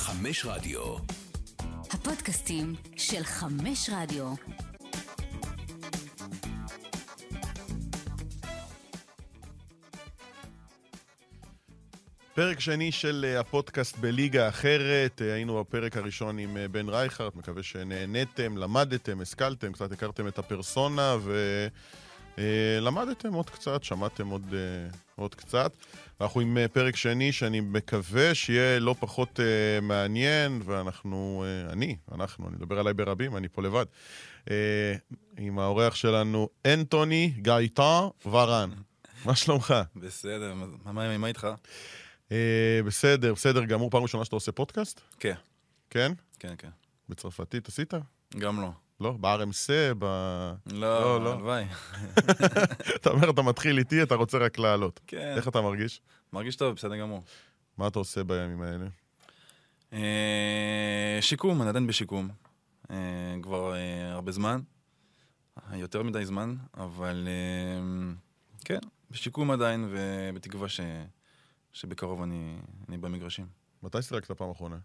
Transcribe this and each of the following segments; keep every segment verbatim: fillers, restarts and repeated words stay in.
חמש רדיו. הפודקאסטים של חמש רדיו. פרק שני של הפודקאסט בליגה אחרת. היינו בפרק הראשון עם בן רייכרט, מקווה שנהנתם, למדתם, השכלתם, קצת הכרתם את הפרסונה ולמדתם עוד קצת, שמעתם עוד, עוד קצת. אנחנו עם פרק שני שאני מקווה שיהיה לא פחות מעניין, ואנחנו, אני, אנחנו, אני מדבר עליי ברבים, אני פה לבד, עם האורח שלנו, אנטוני גייטן ורן. מה שלומך? בסדר, מה, מה, מה איתך? אה, בסדר, בסדר גמור. פעם ראשונה שאתה עושה פודקאסט? כן. כן? כן, כן. בצרפתית עשית? גם לא. לא? ב-אר אם סי? ב... לא, לא. הלוואי. אתה אומר, אתה מתחיל איתי, אתה רוצה רק לעלות. כן. איך אתה מרגיש? מרגיש טוב, בסדר גמור. מה אתה עושה בימים האלה? אה, שיקום, אני עדיין בשיקום. אה, כבר אה, הרבה זמן. יותר מדי זמן, אבל אה, כן, בשיקום עדיין, ובתקווה ש... שבקרוב אני, אני במגרשים. מתי שיחקת פעם אחרונה?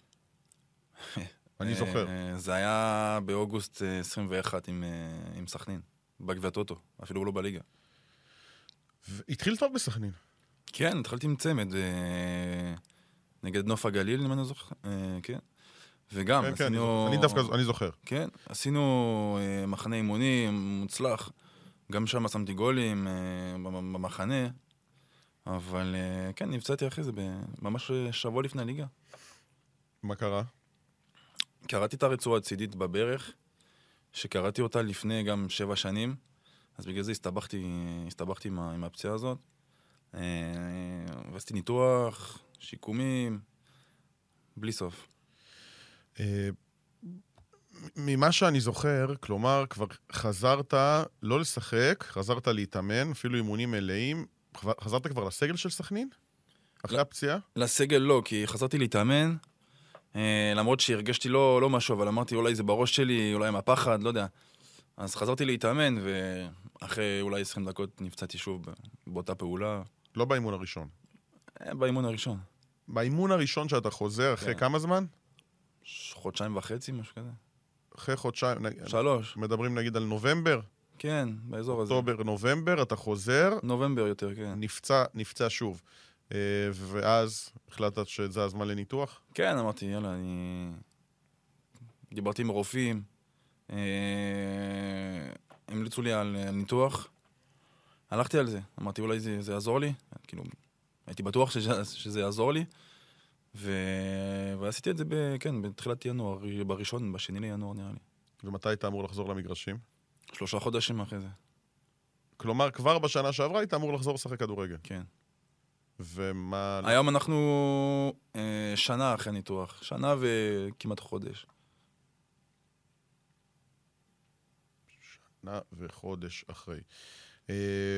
אני זוכר. זה היה באוגוסט עשרים ואחת עם, עם סכנין, בגביע הטוטו, אפילו לא בליגה. התחיל טוב בסכנין. כן, התחלתי עם צמד, נגד נוף הגליל, אם אני זוכר, כן. וגם, כן, עשינו... כן, אני דווקא, אני זוכר. כן, עשינו מחנה אימונים מוצלח, גם שם שמתי גולים במחנה, אבל כן, נפצעתי אחרי זה, ממש שבוע לפני הליגה. מה קרה? קראתי את הרצועה הצידית בברך, שקראתי אותה לפני גם שבע שנים, אז בגלל זה הסתבכתי, הסתבכתי עם, עם הפציעה הזאת. ועשיתי ניתוח, שיקומים, בלי סוף. ממה שאני זוכר, כלומר, כבר חזרת לא לשחק, חזרת להתאמן, אפילו אימונים מלאים, חזרת כבר לסגל של סכנין? אחרי הפציעה? לסגל לא, כי חזרתי להתאמן, למרות שהרגשתי לא, לא משהו, אבל אמרתי אולי זה בראש שלי, אולי מהפחד, לא יודע. אז חזרתי להתאמן, ואחרי אולי עשרים דקות נפצעתי שוב באותה פעולה. לא באימון הראשון. באימון הראשון. באימון הראשון שאתה חוזר, אחרי כן. כמה זמן? חודשיים וחצי, משהו כזה. אחרי חודשיים... שלוש. מדברים נגיד על נובמבר? כן, באזור הזה. אוקטובר, נובמבר, אתה חוזר. נובמבר יותר, כן. נפצע, נפצע שוב. ואז החלטת שזה הזמן לניתוח? כן, אמרתי, יאללה, אני... דיברתי עם רופאים, המליצו לי על ניתוח, הלכתי על זה, אמרתי, אולי זה, זה יעזור לי, כאילו, הייתי בטוח שזה, שזה יעזור לי, ו... ועשיתי את זה, ב... כן, בתחילת ינואר, בראשון, בשני לינואר נראה לי. ומתי היית אמור לחזור למגרשים? שלושה חודשים אחרי זה. כלומר, כבר בשנה שעברה היית אמור לחזור לשחק כדורגל? כן. ומה... היום אנחנו אה, שנה אחרי ניתוח, שנה וכמעט חודש. שנה וחודש אחרי. אה,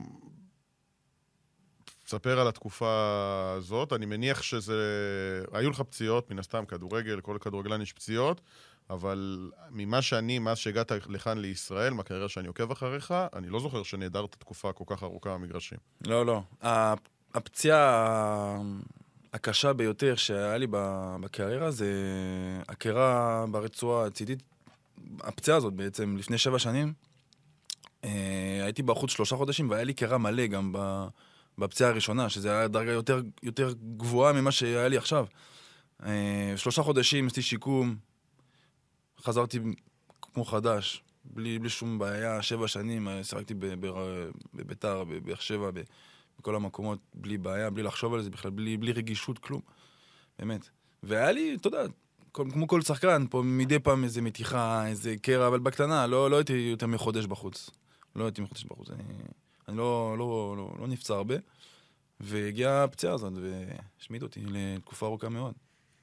תספר על התקופה הזאת, אני מניח שזה... היו לך פציעות, מן הסתם כדורגל, כל כדורגלן יש פציעות, אבל ממה שאני, מאז שהגעת לכאן לישראל, מהקריירה שאני עוקב אחריך, אני לא זוכר שנהדרת תקופה כל כך ארוכה במגרשים. לא, לא. הפציעה הקשה ביותר שהיה לי בקריירה זה הקרע ברצועה הצידית. הפציעה הזאת בעצם לפני שבע שנים, הייתי בחוץ שלושה חודשים והיה לי קרע מלא גם בפציעה הראשונה, שזה היה דרגה יותר, יותר גבוהה ממה שהיה לי עכשיו. שלושה חודשים עשיתי שיקום, חזרתי כמו חדש, בלי, בלי שום בעיה, שבע שנים, שיחקתי בביתר, בבאר שבע, בכל המקומות, בלי בעיה, בלי לחשוב על זה בכלל, בלי, בלי רגישות, כלום. באמת. והיה לי, אתה יודע, כמו כל שחקן, פה מדי פעם איזה מתיחה, איזה קרע, אבל בקטנה, לא, לא הייתי יותר מחודש בחוץ. לא הייתי מחודש בחוץ. אני, אני לא, לא, לא, לא נפצע הרבה, והגיעה הפציעה הזאת, והשמיד אותי לתקופה ארוכה מאוד.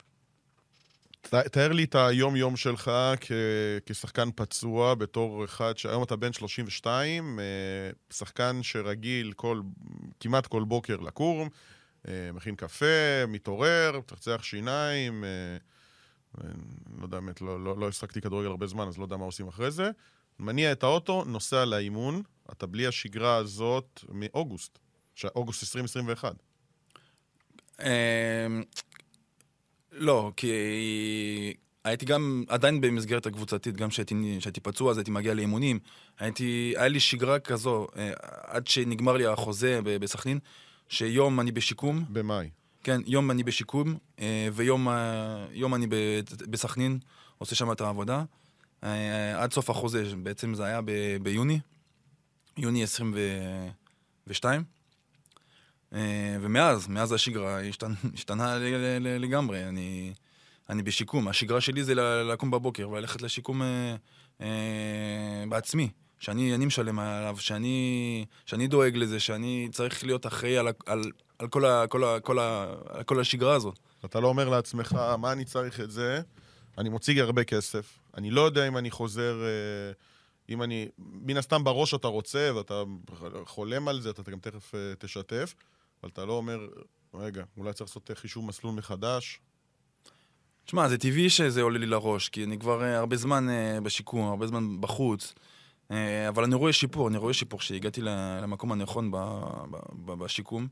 תאר לי את היום-יום שלך כ- כשחקן פצוע, בתור אחד שהיום אתה בן שלושים ושתיים, שחקן שרגיל כל, כמעט כל בוקר לקום, מכין קפה, מתעורר, תחצח שיניים, לא יודע, באמת, לא, לא, לא השחקתי כדורגל הרבה זמן, אז לא יודע מה עושים אחרי זה. מניע את האוטו, נוסע לאימון, אתה בלי השגרה הזאת מאוגוסט, אוגוסט עשרים עשרים ואחת. לא, כי הייתי גם עדיין במסגרת הקבוצתית, גם כשהייתי פצוע, אז הייתי מגיע לאימונים. הייתי, היה לי שגרה כזו, עד שנגמר לי החוזה בסכנין, שיום אני בשיקום. במאי. כן, יום אני בשיקום, ויום יום אני בסכנין, עושה שם את העבודה. עד סוף החוזה, בעצם זה היה ב- ביוני, יוני עשרים ושתיים. ומאז, מאז השגרה השתנה, השתנה לגמרי. אני, אני בשיקום. השגרה שלי זה לקום בבוקר וללכת לשיקום אה, אה, בעצמי, שאני אני משלם עליו, שאני, שאני דואג לזה, שאני צריך להיות אחראי על, על, על כל, ה, כל, ה, כל, ה, על כל השגרה הזאת. אתה לא אומר לעצמך, מה אני צריך את זה? אני מוציא הרבה כסף. אני לא יודע אם אני חוזר, אם אני, מן הסתם בראש אתה רוצה, ואתה חולם על זה, אתה גם תכף תשתף, אבל אתה לא אומר, רגע, אולי צריך לעשות חישוב מסלול מחדש. תשמע, זה טבעי שזה עולה לי לראש, כי אני כבר הרבה זמן בשיקום, הרבה זמן בחוץ, אבל אני רואה שיפור, אני רואה שיפור שהגעתי למקום הנכון בשיקום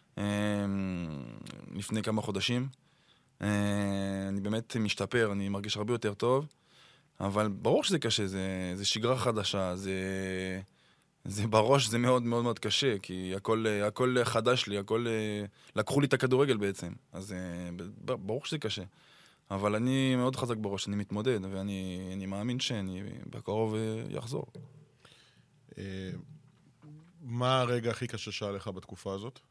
לפני כמה חודשים. אני באמת משתפר, אני מרגיש הרבה יותר טוב, אבל ברור שזה קשה, זה, זה שגרה חדשה, זה, זה בראש זה מאוד מאוד מאוד קשה, כי הכל, הכל חדש לי, הכל, לקחו לי את הכדורגל בעצם, אז ברור שזה קשה. אבל אני מאוד חזק בראש, אני מתמודד, ואני אני מאמין שאני בקרוב יחזור. מה הרגע הכי קשה שהיה לך בתקופה הזאת?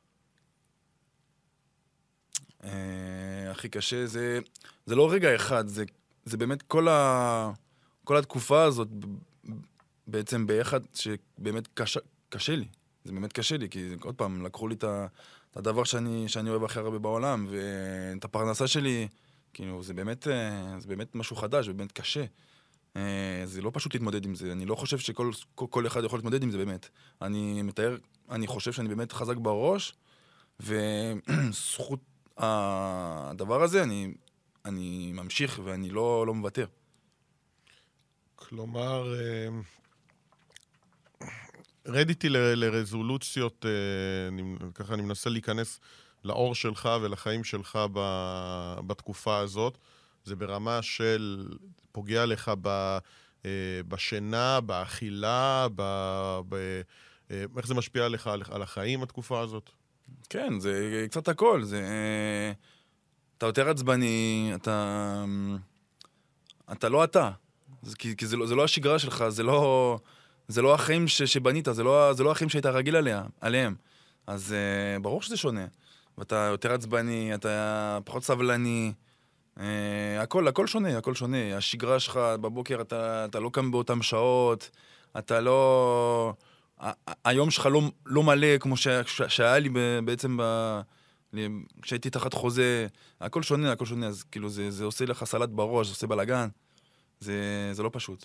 הכי קשה זה, זה לא רגע אחד, זה, זה באמת כל, ה, כל התקופה הזאת בעצם ביחד שבאמת קשה, קשה לי. זה באמת קשה לי, כי עוד פעם לקחו לי את, ה, את הדבר שאני, שאני אוהב הכי הרבה בעולם, ואת הפרנסה שלי, כאילו, זה באמת, זה באמת משהו חדש, זה באמת קשה. זה לא פשוט להתמודד עם זה. אני לא חושב שכל כל, כל אחד יכול להתמודד עם זה באמת. אני מתאר, אני חושב שאני באמת חזק בראש, וזכות הדבר הזה, אני, אני ממשיך ואני לא, לא מוותר. כלומר, רדיתי ל- לרזולוציות, ככה אני מנסה להיכנס לאור שלך ולחיים שלך ב- בתקופה הזאת. זה ברמה של פוגע לך ב- בשינה, באכילה, ב- ב- איך זה משפיע עליך על החיים התקופה הזאת? כן, זה קצת הכל. זה, אתה יותר עצבני, אתה, אתה לא אתה. זה, כי, כי זה לא, זה לא השגרה שלך, זה לא, זה לא החיים ש, שבנית, זה לא, זה לא החיים שהיית רגיל עליה, עליהם. אז uh, ברור שזה שונה. ואתה יותר עצבני, אתה פחות סבלני, uh, הכל, הכל שונה, הכל שונה. השגרה שלך בבוקר, אתה, אתה לא קם באותם שעות, אתה לא... היום שלך לא, לא מלא כמו שהיה לי בעצם ב... כשהייתי תחת חוזה, הכל שונה, הכל שונה, אז כאילו זה, זה עושה לך סלט בראש, זה עושה בלגן, זה, זה לא פשוט.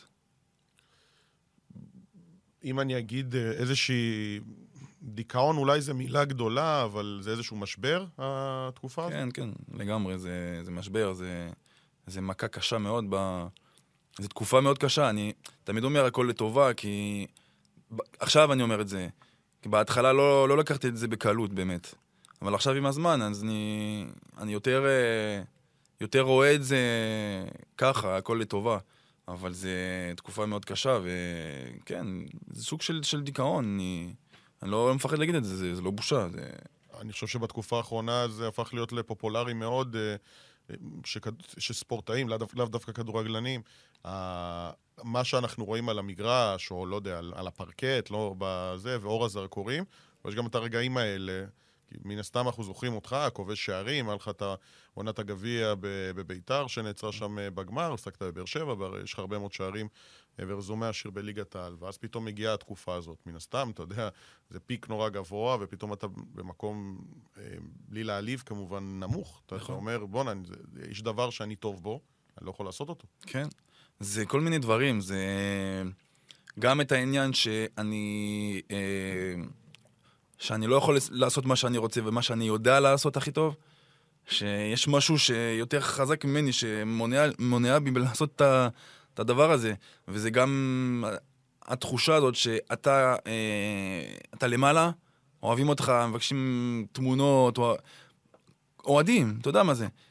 אם אני אגיד איזושהי דיכאון, אולי זו מילה גדולה, אבל זה איזשהו משבר, התקופה הזאת? כן, כן, לגמרי, זה, זה משבר, זה, זה מכה קשה מאוד, ב... זו תקופה מאוד קשה, אני תמיד אומר הכל לטובה, כי עכשיו אני אומר את זה, כי בהתחלה לא, לא לקחתי את זה בקלות באמת, אבל עכשיו עם הזמן, אז אני, אני יותר, יותר רואה את זה ככה, הכל לטובה, אבל זה תקופה מאוד קשה, וכן, זה סוג של, של דיכאון, אני, אני לא, לא מפחד להגיד את זה, זה, זה לא בושה. זה... אני חושב שבתקופה האחרונה זה הפך להיות לפופולרי מאוד, שכד... שספורטאים, לאו, לאו דווקא כדורגלנים, מה שאנחנו רואים על המגרש, או לא יודע, על, על הפרקט, לא בזה, ואור הזרקורים, ויש גם את הרגעים האלה, כי מן הסתם אנחנו זוכרים אותך, כובש שערים, היה לך את עונת הגביע בביתר, שנעצרה שם בגמר, עסקת בבאר שבע, יש לך הרבה מאוד שערים ורזומה עשיר בליגת העל, ואז פתאום מגיעה התקופה הזאת, מן הסתם, אתה יודע, זה פיק נורא גבוה, ופתאום אתה במקום, בלי להעליב כמובן, נמוך. אתה אומר, בוא, יש דבר שאני טוב בו, אני לא יכול לעשות אותו. כן. זה כל מיני דברים, זה גם את העניין שאני שאני לא יכול לעשות מה שאני רוצה ומה שאני יודע לעשות הכי טוב, שיש משהו שיותר חזק ממני שמונע בי לעשות את הדבר הזה, וזה גם התחושה הזאת שאתה אתה למעלה, אוהבים אותך, מבקשים תמונות, אוהדים, אתה יודע מה זה.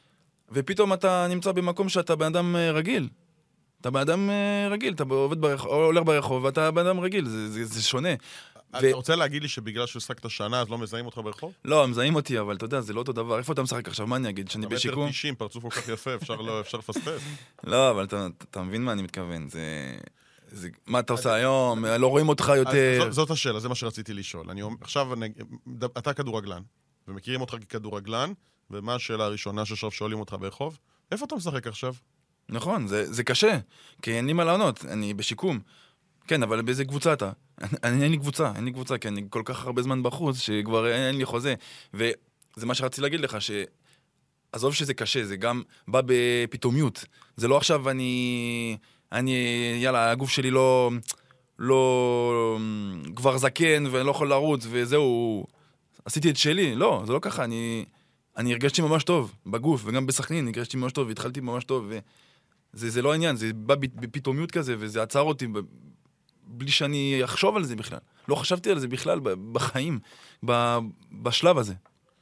ופתאום אתה נמצא במקום שאתה בן אדם רגיל. אתה בן אדם רגיל, אתה עובד ברחוב, או הולך ברחוב, ואתה בן אדם רגיל, זה, זה, זה שונה. אתה ו... רוצה להגיד לי שבגלל שהשחקת שנה, אז לא מזהים אותך ברחוב? לא, מזהים אותי, אבל אתה יודע, זה לא אותו דבר. איפה אתה משחק עכשיו? מה אני אגיד? שאני בשיקום? אתה מטר תשעים, פרצוף כל כך יפה, אפשר, לא, אפשר לפספס. לא, אבל אתה, אתה מבין מה אני מתכוון. זה... זה... מה אתה עושה היום? לא רואים אותך יותר. זאת, זאת השאלה, זה מה שרציתי לשאול. אני, עכשיו, אני, אתה כדורגלן, ומכירים אותך ככדורגלן, ומה השאלה הראשונה ששוב שואלים אותך ברחוב? איפה אתה משחק עכשיו? נכון, זה, זה קשה, כי אין לי מה לענות, אני בשיקום. כן, אבל באיזה קבוצה אתה? אני, אין לי קבוצה, אין לי קבוצה, כי אני כל כך הרבה זמן בחוץ, שכבר אין, אין לי חוזה. וזה מה שרציתי להגיד לך, שעזוב שזה קשה, זה גם בא בפתאומיות. זה לא עכשיו אני, אני, יאללה, הגוף שלי לא, לא, כבר זקן, ואני לא יכול לרוץ, וזהו, עשיתי את שלי. לא, זה לא ככה, אני, אני הרגשתי ממש טוב, בגוף, וגם בסכנין, הרגשתי ממש טוב, והתחלתי ממש טוב, ו... זה, זה לא העניין, זה בא בפתאומיות כזה, וזה עצר אותי ב, בלי שאני אחשוב על זה בכלל. לא חשבתי על זה בכלל בחיים, ב, בשלב הזה.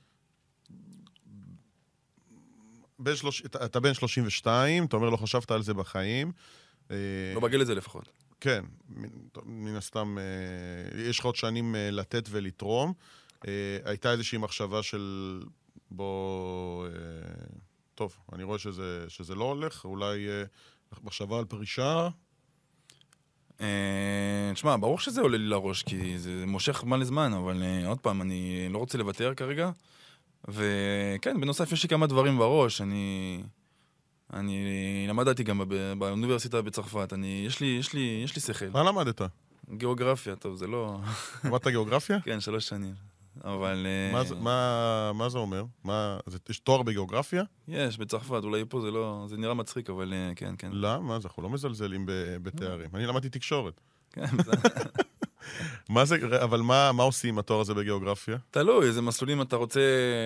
בין שלוש, אתה בן שלושים ושתיים, אתה אומר לא חשבת על זה בחיים. לא בגיל לזה לפחות. כן, מן הסתם, יש לך עוד שנים לתת ולתרום. הייתה איזושהי מחשבה של בוא... טוב, אני רואה שזה, שזה לא הולך, אולי אה, מחשבה על פרישה? אה, תשמע, ברור שזה עולה לי לראש, כי זה מושך מה לזמן, אבל אה, עוד פעם, אני לא רוצה לוותר כרגע, וכן, בנוסף יש לי כמה דברים בראש, אני, אני למדתי גם בא, באוניברסיטה בצרפת, אני, יש לי, יש לי, יש לי שכל. מה למדת? גיאוגרפיה, טוב, זה לא... למדת גיאוגרפיה? כן, שלוש שנים. אבל... מה, uh... מה, מה זה אומר? מה, זה, יש תואר בגיאוגרפיה? יש, בצרפת, אולי פה זה לא... זה נראה מצחיק, אבל uh, כן, כן. לא, מה זה? אנחנו לא מזלזלים בתארים. אני למדתי תקשורת. כן, מה זה, אבל מה, מה עושים עם התואר הזה בגיאוגרפיה? תלוי, איזה מסלולים אתה רוצה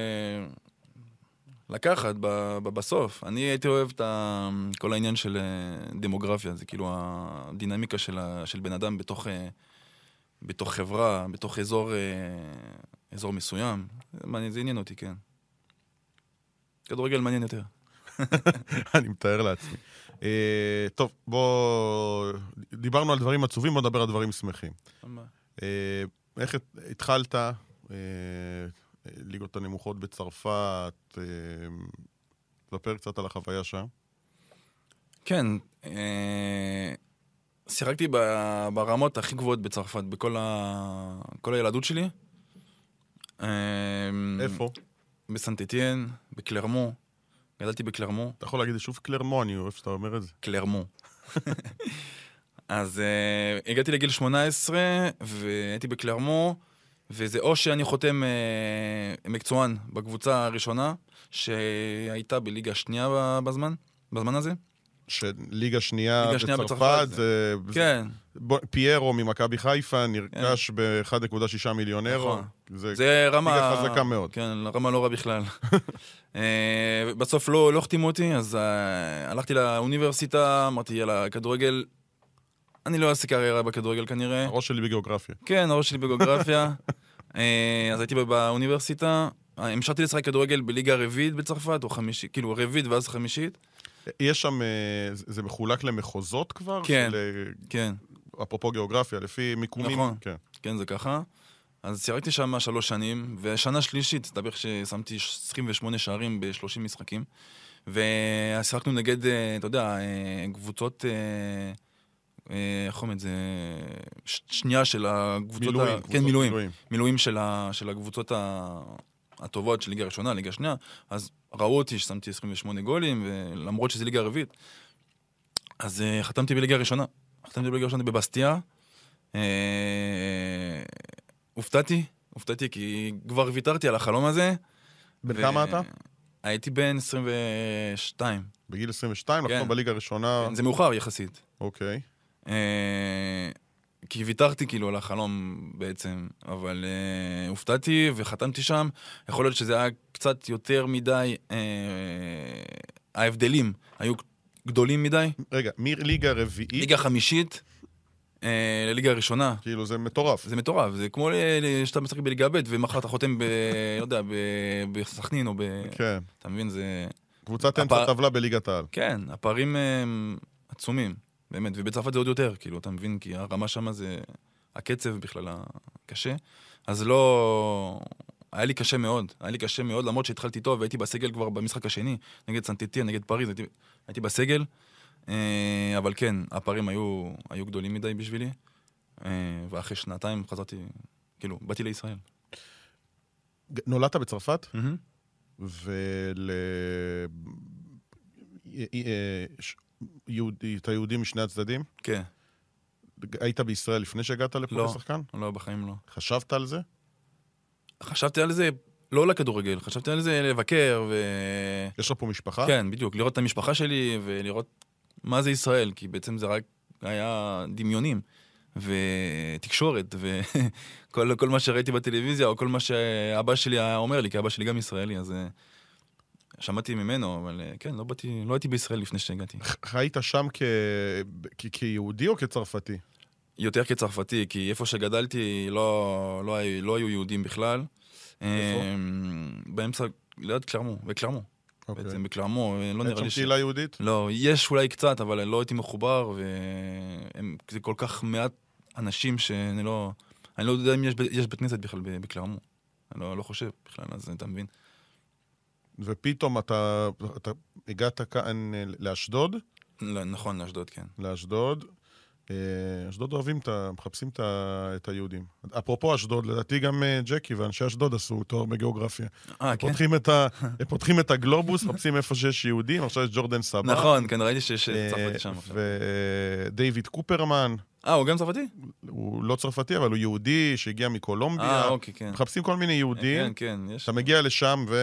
לקחת בסוף. אני הייתי אוהב את כל העניין של דמוגרפיה, זה כאילו הדינמיקה של, של בן אדם בתוך... בתוך חברה, בתוך אזור, אזור מסוים. זה עניין אותי, כן. כדורגל מעניין יותר. אני מתאר לעצמי. טוב, בוא... דיברנו על דברים עצובים, בוא נדבר על דברים שמחים. איך התחלת ליגות הנמוכות בצרפת? תספר קצת על החוויה שם. כן, שיחקתי ברמות הכי גבוהות בצרפת, בכל ה... כל הילדות שלי. איפה? בסנט-אתיין, בקלרמו. גדלתי בקלרמו. אתה יכול להגיד שוב קלרמו, אני אוהב שאתה אומר את זה. קלרמו. אז uh, הגעתי לגיל שמונה עשרה, והייתי בקלרמו, וזה או שאני חותם uh, מקצוען בקבוצה הראשונה, שהייתה בליגה שנייה בזמן, בזמן הזה. שליגה שנייה בצרפת, בצרפת, זה... כן. פיירו ממכבי חיפה נרכש ב-אחד נקודה שישה מיליון אירו. זה רמה... ליגה חזקה מאוד. כן, רמה לא רע בכלל. בסוף לא החתימו אותי, אז הלכתי לאוניברסיטה, אמרתי, יאללה, כדורגל, אני לא אעשה קריירה בכדורגל כנראה. הראש שלי בגיאוגרפיה. כן, הראש שלי בגיאוגרפיה. אז הייתי באוניברסיטה, המשכתי לשחק כדורגל בליגה רביעית בצרפת, או חמישית, כאילו רביעית ואז חמישית. יש שם, זה מחולק למחוזות כבר? כן, כן. אפרופו גיאוגרפיה, לפי מיקומים. נכון, כן, זה ככה. אז שיחקתי שם שלוש שנים, ושנה שלישית, הסתבר ששמתי עשרים ושמונה שערים ב-שלושים משחקים, ושיחקנו נגד, אתה יודע, קבוצות, איך אומרים את זה, שנייה של הקבוצות... מילואים. כן, מילואים. מילואים של הקבוצות הטובות של ליגה ראשונה, ליגה שנייה, אז ראו אותי ששמתי עשרים ושמונה גולים, ולמרות שזה ליגה רביעית, אז חתמתי בליגה ראשונה. חתמתי בליגה ראשונה בבסטיה, הופתעתי, הופתעתי כי כבר ויתרתי על החלום הזה. בן כמה אתה? הייתי בן עשרים ושתיים. בגיל עשרים ושתיים? לחתום בליגה ראשונה? זה מאוחר יחסית. אוקיי. כי ויתרתי כאילו על החלום בעצם, אבל הופתעתי וחתמתי שם. יכול להיות שזה היה קצת יותר מדי, ההבדלים היו גדולים מדי. רגע, מליגה רביעית? ליגה חמישית. לליגה הראשונה. כאילו זה מטורף. זה מטורף, זה כמו שאתה משחק בליגה ב' ומחר אתה חותם ב... לא יודע, בסכנין או ב... כן. אתה מבין, זה... קבוצת הפ... אמצע טבלה בליגת העל. כן, הפערים הם עצומים, באמת, ובצרפת זה עוד יותר, כאילו, אתה מבין, כי הרמה שם זה, הקצב בכלל קשה, אז לא... היה לי קשה מאוד, היה לי קשה מאוד, למרות שהתחלתי טוב, והייתי בסגל כבר במשחק השני, נגד סנטטיה, נגד פריז, הייתי, הייתי בסגל, אבל כן, הפערים היו, היו גדולים מדי בשבילי, ואחרי שנתיים חזרתי, כאילו, באתי לישראל. נולדת בצרפת? Mm-hmm. ול... אתה יהודי משני הצדדים? כן. היית בישראל לפני שהגעת לפה לא, לשחקן? לא, בחיים לא. חשבת על זה? חשבתי על זה, לא לכדורגל, חשבתי על זה לבקר ו... יש לך פה משפחה? כן, בדיוק, לראות את המשפחה שלי ולראות מה זה ישראל, כי בעצם זה רק היה דמיונים ותקשורת וכל כל מה שראיתי בטלוויזיה, או כל מה שאבא שלי היה אומר לי, כי אבא שלי גם ישראלי, אז שמעתי ממנו, אבל כן, לא באתי, לא הייתי בישראל לפני שהגעתי. חיית שם כ... כ... כיהודי או כצרפתי? יותר כצרפתי, כי איפה שגדלתי לא, לא, לא היו יהודים בכלל. איפה? באמצע, ליד קלרמו, בקלרמו. אוקיי. בעצם בקלרמו, לא נראה לי אין שם קהילה יהודית? לא, יש אולי קצת, אבל לא הייתי מחובר, וזה כל כך מעט אנשים שאני לא... אני לא יודע אם יש, יש בית כנסת בכלל בקלרמו. אני לא, לא חושב בכלל, אז אתה מבין. ופתאום אתה, אתה הגעת כאן לאשדוד? לא, נכון, לאשדוד, כן. לאשדוד. אשדוד אוהבים, מחפשים את היהודים. אפרופו אשדוד, לדעתי גם ג'קי ואנשי אשדוד עשו תואר בגיאוגרפיה. אה, כן? הם פותחים את הגלובוס, מחפשים איפה שיש יהודים, עכשיו יש ג'ורדן סבא. נכון, כן, ראיתי שיש צרפתי שם. ודייוויד קופרמן. אה, הוא גם צרפתי? הוא לא צרפתי, אבל הוא יהודי שהגיע מקולומביה. אה, אוקיי, כן. מחפשים כל מיני יהודים. כן, כן, יש. אתה מגיע לשם ו...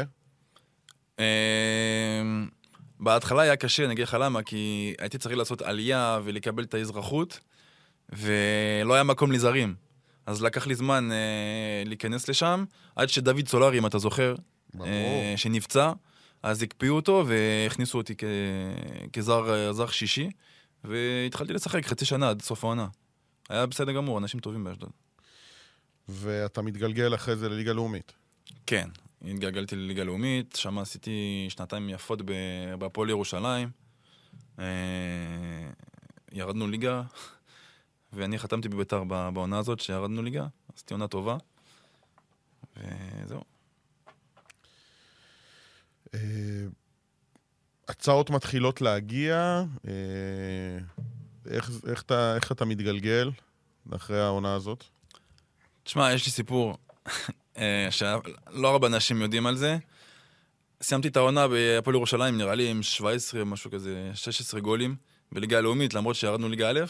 בהתחלה היה קשה, אני אגיד לך למה, כי הייתי צריך לעשות עלייה ולקבל את האזרחות, ולא היה מקום לזרים. אז לקח לי זמן אה, להיכנס לשם, עד שדוד סולרי, אם אתה זוכר, אה, שנפצע, אז הקפיאו אותו והכניסו אותי כ... כזר זר שישי, והתחלתי לשחק חצי שנה עד סוף העונה. היה בסדר גמור, אנשים טובים באשדוד. ואתה מתגלגל אחרי זה לליגה לאומית? כן. התגלגלתי לליגה לאומית, שם עשיתי שנתיים יפות בהפועל ירושלים. ירדנו ליגה, ואני חתמתי בביתר בעונה הזאת שירדנו ליגה, עשיתי עונה טובה, וזהו. הצעות מתחילות להגיע, איך, איך, אתה, איך אתה מתגלגל אחרי העונה הזאת? תשמע, יש לי סיפור. שלא הרבה אנשים יודעים על זה. סיימתי את העונה בהפועל ירושלים, נראה לי עם שבע עשרה, משהו כזה, שש עשרה גולים בליגה הלאומית, למרות שירדנו ליגה א'.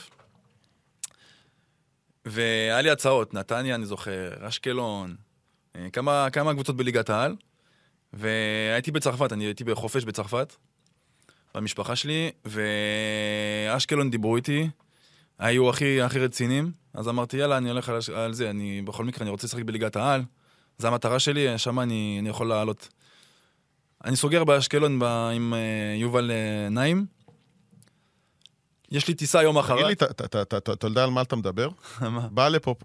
והיה לי הצעות, נתניה, אני זוכר, אשקלון, כמה, כמה קבוצות בליגת העל, והייתי בצרפת, אני הייתי בחופש בצרפת, במשפחה שלי, ואשקלון דיברו איתי, היו הכי, הכי רצינים, אז אמרתי, יאללה, אני הולך על, על זה, אני, בכל מקרה, אני רוצה לשחק בליגת העל, זו המטרה שלי, שם אני, אני יכול לעלות. אני סוגר באשקלון ב, עם uh, יובל uh, נעים. יש לי טיסה יום אחרת. תגיד לי, אתה יודע על מה אתה מדבר? מה? בא לפה...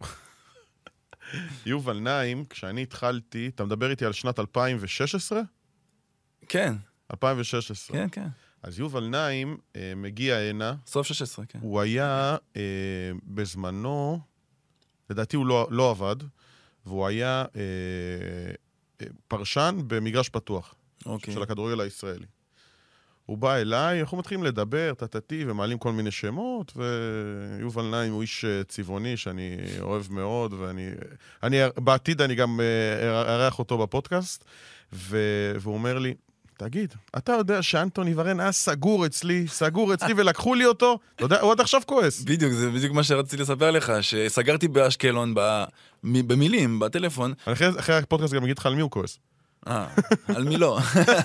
יובל נעים, כשאני התחלתי, אתה מדבר איתי על שנת אלפיים ושש עשרה? כן. אלפיים ושש עשרה. כן, כן. אז יובל נעים אה, מגיע הנה. סוף שש עשרה, כן. הוא היה אה, בזמנו, לדעתי הוא לא, לא עבד, והוא היה אה, אה, פרשן במגרש פתוח, אוקיי. של הכדורגל הישראלי. הוא בא אליי, אנחנו מתחילים לדבר, תתתי, ומעלים כל מיני שמות, ויובל נעים הוא איש צבעוני שאני אוהב מאוד, ואני, אני, בעתיד אני גם ארח אותו בפודקאסט, והוא אומר לי, תגיד, אתה יודע שאנטוני ורן היה סגור אצלי, סגור אצלי, ולקחו לי אותו? אתה יודע, הוא עד עכשיו כועס. בדיוק, זה בדיוק מה שרציתי לספר לך, שסגרתי באשקלון, במילים, בטלפון. אחרי הפודקאסט גם אגיד לך על מי הוא כועס. אה, על מי לא.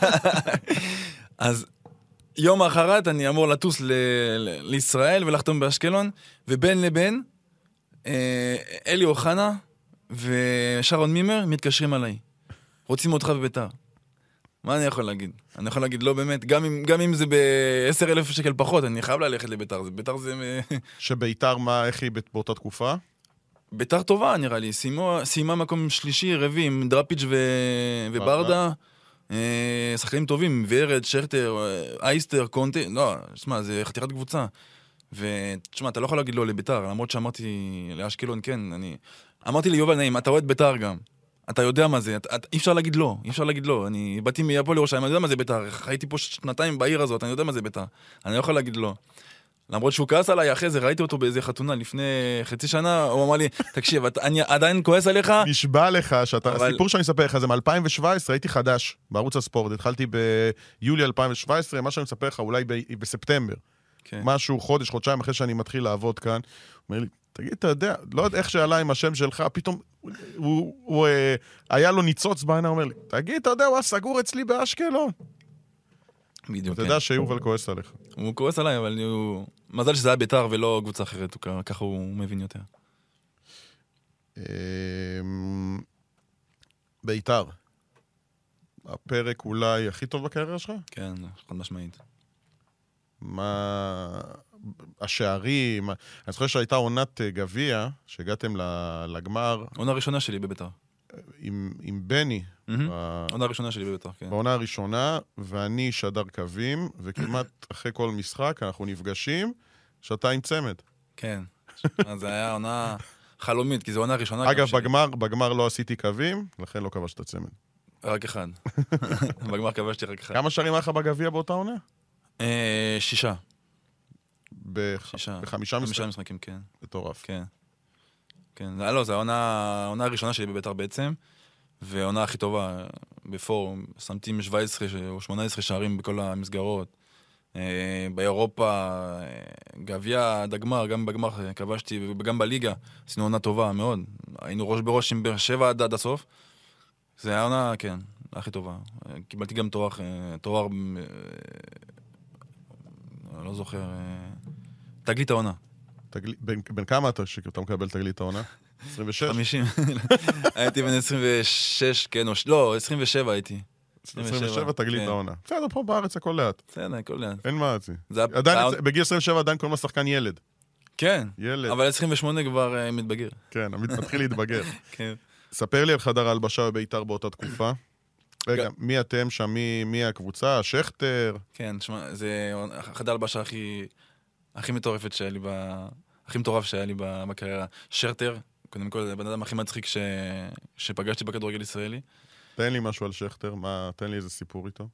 אז יום האחרת אני אמור לטוס ל- ל- לישראל ולחתום באשקלון, ובין לבין, אה, אלי אוחנה ושרון מימר מתקשרים עליי. רוצים אותך בביתר. מה אני יכול להגיד? אני יכול להגיד, לא באמת, גם אם, גם אם זה ב-עשרת אלפים שקל פחות, אני חייב ללכת לביתר. ביתר זה... שביתר מה, איך היא באותה תקופה? ביתר טובה, נראה לי. סיימה, סיימה מקום שלישי, רבי, עם דראפיץ' ו... וברדה. שחקנים טובים, ורד, שרטר, אייסטר, קונטה, לא, תשמע, זה חתיכת קבוצה. ותשמע, אתה לא יכול להגיד לו לביתר, למרות שאמרתי לאשקלון, כן, אני... אמרתי לי, יובל נעים, אתה אוהד ביתר גם. אתה יודע מה זה, אתה, אי אפשר להגיד לא, אי אפשר להגיד לא. אני באתי מהפועל ירושלים, אני יודע מה זה ביתר, חייתי פה שנתיים בעיר הזאת, אני יודע מה זה ביתר. אני לא יכול להגיד לא. למרות שהוא כעס עליי, אחרי זה ראיתי אותו באיזה חתונה לפני חצי שנה, הוא אמר לי, תקשיב, אני עדיין כועס עליך? נשבע לך, שאתה, אבל... הסיפור שאני אספר לך זה מ-אלפיים שבע עשרה, הייתי חדש בערוץ הספורט, התחלתי ביולי אלפיים שבע עשרה, מה שאני מספר לך אולי ב- בספטמבר. כן. משהו, חודש, חודשיים אחרי שאני מתחיל לעבוד כאן, הוא אומר לי, תגיד, אתה יודע, לא יודע איך שעלה עם השם שלך, פתאום הוא, הוא, הוא, היה לו ניצוץ בעינה, הוא אומר לי, תגיד, אתה יודע, הוא היה סגור אצלי באשקלון. בדיוק, אתה יודע שיובל כועס עליך. הוא כועס עליי, אבל הוא... מזל שזה היה ביתר ולא קבוצה אחרת, ככה הוא מבין יותר. ביתר. הפרק אולי הכי טוב בקריירה שלך? כן, חד משמעית. מה... השערים... אני זוכר שהייתה עונת גביע, שהגעתם לגמר... עונה הראשונה שלי בביתר. עם, עם בני. עונה הראשונה שלי בביתר, כן. בעונה הראשונה, ואני שדר קווים, וכמעט אחרי כל משחק אנחנו נפגשים, שאתה עם צמד. כן. זה היה עונה חלומית, כי זו עונה ראשונה. אגב, בגמר, בגמר לא עשיתי קווים, לכן לא כבשת צמד. רק אחד. בגמר כבשתי רק אחד. כמה שערים היה לך בגביע באותה עונה? שישה. בחמישה משחקים? חמישה משחקים, כן. מטורף. כן. כן, לא, זו העונה הראשונה שלי בביתר בעצם, והעונה הכי טובה בפורום, שמתי שבע עשרה או שמונה עשרה שערים בכל המסגרות. באירופה, גביע עד הגמר, גם בגמר כבשתי, וגם בליגה, עשינו עונה טובה מאוד. היינו ראש בראש עם באר שבע עד עד הסוף. זה היה עונה, כן, הכי טובה. קיבלתי גם תואר, תואר, אני לא זוכר, תגלית העונה. בין כמה אתה שאתה מקבל תגלית העונה? עשרים ושש? חמישים. הייתי בן עשרים ושש, כן, או... לא, עשרים ושבע הייתי. עשרים ושבע תגלית העונה. בסדר, פה בארץ הכל לאט. בסדר, הכל לאט. אין מה זה. בגיל עשרים ושבע עדיין קוראים לשחקן ילד. כן, ילד. אבל עשרים ושמונה כבר מתבגר. כן, מתחיל להתבגר. כן. ספר לי על חדר ההלבשה בביתר באותה תקופה. רגע, מי אתם שם? מי הקבוצה? שכטר? כן, תשמע, זה חדר ההלבשה הכי... הכי מטורפת שהיה לי ב... הכי מטורף שהיה לי בקריירה. שרטר, קודם כל, זה הבן אדם הכי מצחיק ש... שפגשתי בכדורגל ישראלי. תן לי משהו על שכטר, מה... תן לי איזה סיפור איתו.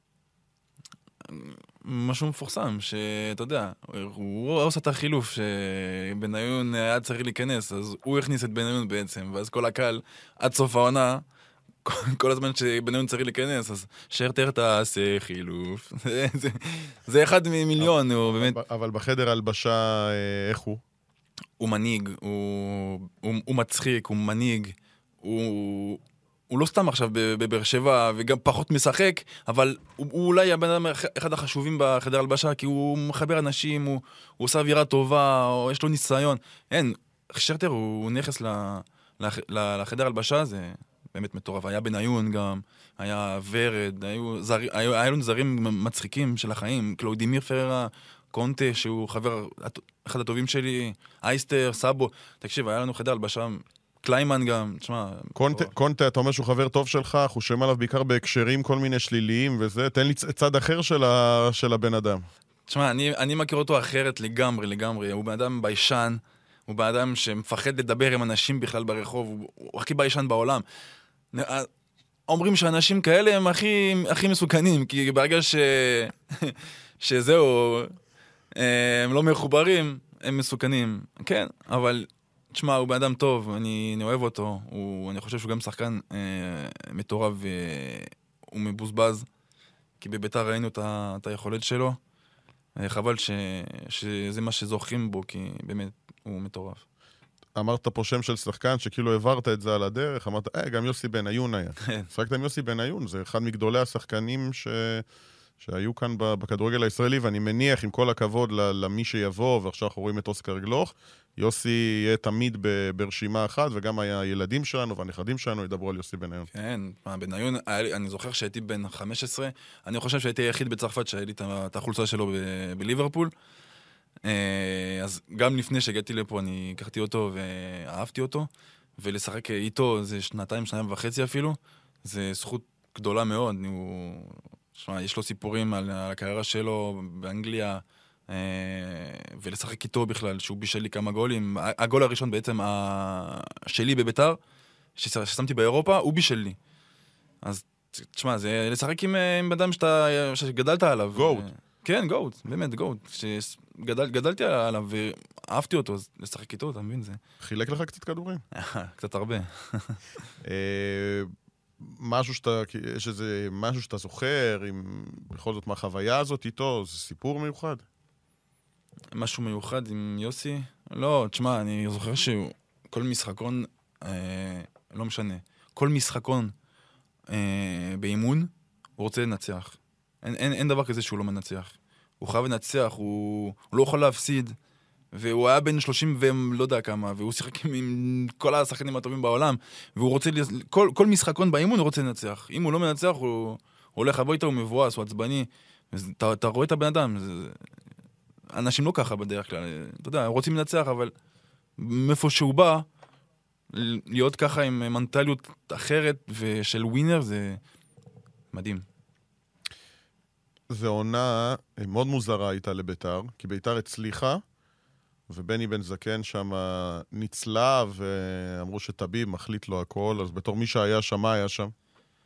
משהו מפורסם, שאתה יודע, הוא עושה את החילוף שבניון היה צריך להיכנס, אז הוא הכניס את בניון בעצם, ואז כל הקהל, עד סוף העונה, כל הזמן שבניון צריך להיכנס, אז שרטר תעשה חילוף. זה, זה, זה אחד ממיליון, הוא באמת... אבל בחדר הלבשה, איך הוא? הוא מנהיג, הוא, הוא, הוא מצחיק, הוא מנהיג, הוא... הוא לא סתם עכשיו בבאר שבע וגם פחות משחק, אבל הוא, הוא אולי הבן אדם אחד החשובים בחדר הלבשה, כי הוא מחבר אנשים, הוא, הוא עושה אווירה טובה, או יש לו ניסיון. אין, שרטר הוא נכס ל, לח, לחדר הלבשה, זה באמת מטורף. היה בניון גם, היה ורד, היו, זר, היו, היו לנו זרים מצחיקים של החיים, קלודימיר פררה, קונטה, שהוא חבר אחד הטובים שלי, אייסטר, סאבו. תקשיב, היה לנו חדר הלבשה... קליימן גם, תשמע... קונטה, אתה אומר שהוא חבר טוב שלך, חושבים עליו בעיקר בהקשרים כל מיני שליליים וזה, תן לי צד אחר של הבן אדם. תשמע, אני מכיר אותו אחרת לגמרי, לגמרי. הוא בן אדם ביישן, הוא בן אדם שמפחד לדבר עם אנשים בכלל ברחוב, הוא הכי ביישן בעולם. אומרים שאנשים כאלה הם הכי מסוכנים, כי ברגע שזהו, הם לא מחוברים, הם מסוכנים. כן, אבל... תשמע, הוא בן אדם טוב, אני, אני אוהב אותו, הוא, אני חושב שהוא גם שחקן אה, מטורף והוא מבוזבז, כי בביתר ראינו את, ה, את היכולת שלו, אה, חבל ש, שזה מה שזוכרים בו, כי באמת הוא מטורף. אמרת פה שם של שחקן שכאילו העברת את זה על הדרך, אמרת, אה, גם יוסי בניון היה. שחקת עם יוסי בניון, זה אחד מגדולי השחקנים ש... שהיו כאן בכדורגל הישראלי, ואני מניח, עם כל הכבוד למי שיבוא, ועכשיו אנחנו רואים את אוסקר גלוך, יוסי יהיה תמיד ברשימה אחת, וגם הילדים שלנו והנכדים שלנו ידברו על יוסי בניון. כן, בניון, אני זוכר שהייתי בן חמש עשרה, אני חושב שהייתי היחיד בצרפת שהיה לי את החולצה שלו בליברפול, אז גם לפני שהגעתי לפה, אני לקחתי אותו ואהבתי אותו, ולשחק איתו זה שנתיים, שנתיים וחצי אפילו, זה זכות גדולה מאוד, הוא... שמה, יש לו סיפורים על, על הקריירה שלו באנגליה, אה, ולשחק איתו בכלל, שהוא בישל לי כמה גולים. הגול הראשון בעצם ה... שלי בביתר, ששמתי באירופה, הוא בישל לי. אז תשמע, זה לשחק עם, עם בדם שאתה, שגדלת עליו. גוט. כן, גוט, באמת, גוט. שגדל, גדלתי עליו ואהבתי אותו, אז לשחק איתו, אתה מבין זה? חילק לך קצת כדורים? קצת הרבה. משהו שאתה, יש איזה משהו שאתה זוכר, עם בכל זאת מהחוויה הזאת איתו, זה סיפור מיוחד? משהו מיוחד עם יוסי? לא, תשמע, אני זוכר שכל משחקון, אה, לא משנה, כל משחקון אה, באימון, הוא רוצה לנצח. אין, אין, אין דבר כזה שהוא לא מנצח. הוא חייב לנצח, הוא, הוא לא יכול להפסיד, והוא היה בן שלושים ולא יודע כמה, והוא שיחק עם, עם כל השחקנים הטובים בעולם, והוא רוצה, כל, כל משחקון באימון הוא רוצה לנצח. אם הוא לא מנצח, הוא, הוא הולך הביתה, הוא מבואס, הוא עצבני. אתה, אתה רואה את הבן אדם, זה, אנשים לא ככה בדרך כלל, אתה יודע, רוצים לנצח, אבל מאיפה שהוא בא, להיות ככה עם מנטליות אחרת ושל ווינר, זה מדהים. זה עונה מאוד מוזרה הייתה לביתר, כי ביתר הצליחה, ובני בן זקן שם ניצלה, ואמרו שטביב מחליט לו הכל, אז בתור מי שהיה שם, מה היה שם?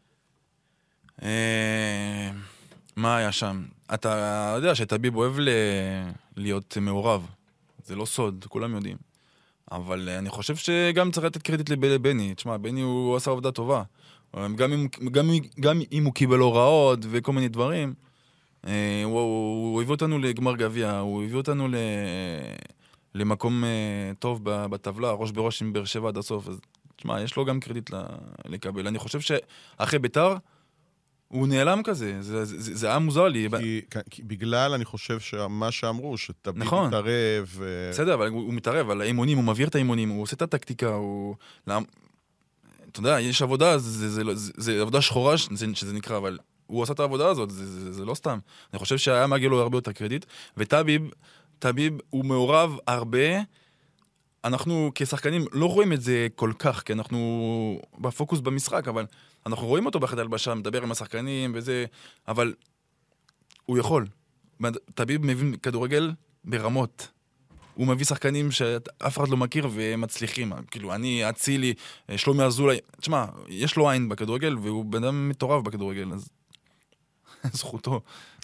מה היה שם? אתה יודע שטביב אוהב להיות מעורב, זה לא סוד, כולם יודעים. אבל אני חושב שגם צריך לתת קרדיט לבני. תשמע, בני הוא עשה עבודה טובה. גם אם, גם, גם אם הוא קיבל הוראות וכל מיני דברים, הוא, הוא, הוא הביא אותנו לגמר גביע, הוא הביא אותנו ל, למקום טוב בטבלה, ראש בראש עם באר שבע עד הסוף. אז תשמע, יש לו גם קרדיט לקבל. אני חושב שאחרי ביתר, הוא נעלם כזה, זה, זה, זה היה מוזר לי. כי, כי בגלל, אני חושב שמה שאמרו, שטביב נכון. מתערב. ו... בסדר, אבל הוא, הוא מתערב על האימונים, הוא מבהיר את האימונים, הוא עושה את הטקטיקה, הוא... אתה יודע, יש עבודה, זה, זה, זה, זה עבודה שחורה שזה, שזה נקרא, אבל הוא עושה את העבודה הזאת, זה, זה, זה לא סתם. אני חושב שהיה מגיע לו הרבה יותר קרדיט, וטביב, טביב הוא מעורב הרבה, אנחנו כשחקנים לא רואים את זה כל כך, כי אנחנו בפוקוס במשחק, אבל אנחנו רואים אותו בחדר הלבשה, מדבר עם השחקנים וזה, אבל הוא יכול. טביב מביא כדורגל ברמות. הוא מביא שחקנים שאף אחד לא מכיר ומצליחים. כאילו, אני, אצילי, שלומי אזולאי, תשמע, יש לו עין בכדורגל, והוא בן אדם מטורף בכדורגל, אז זכותו.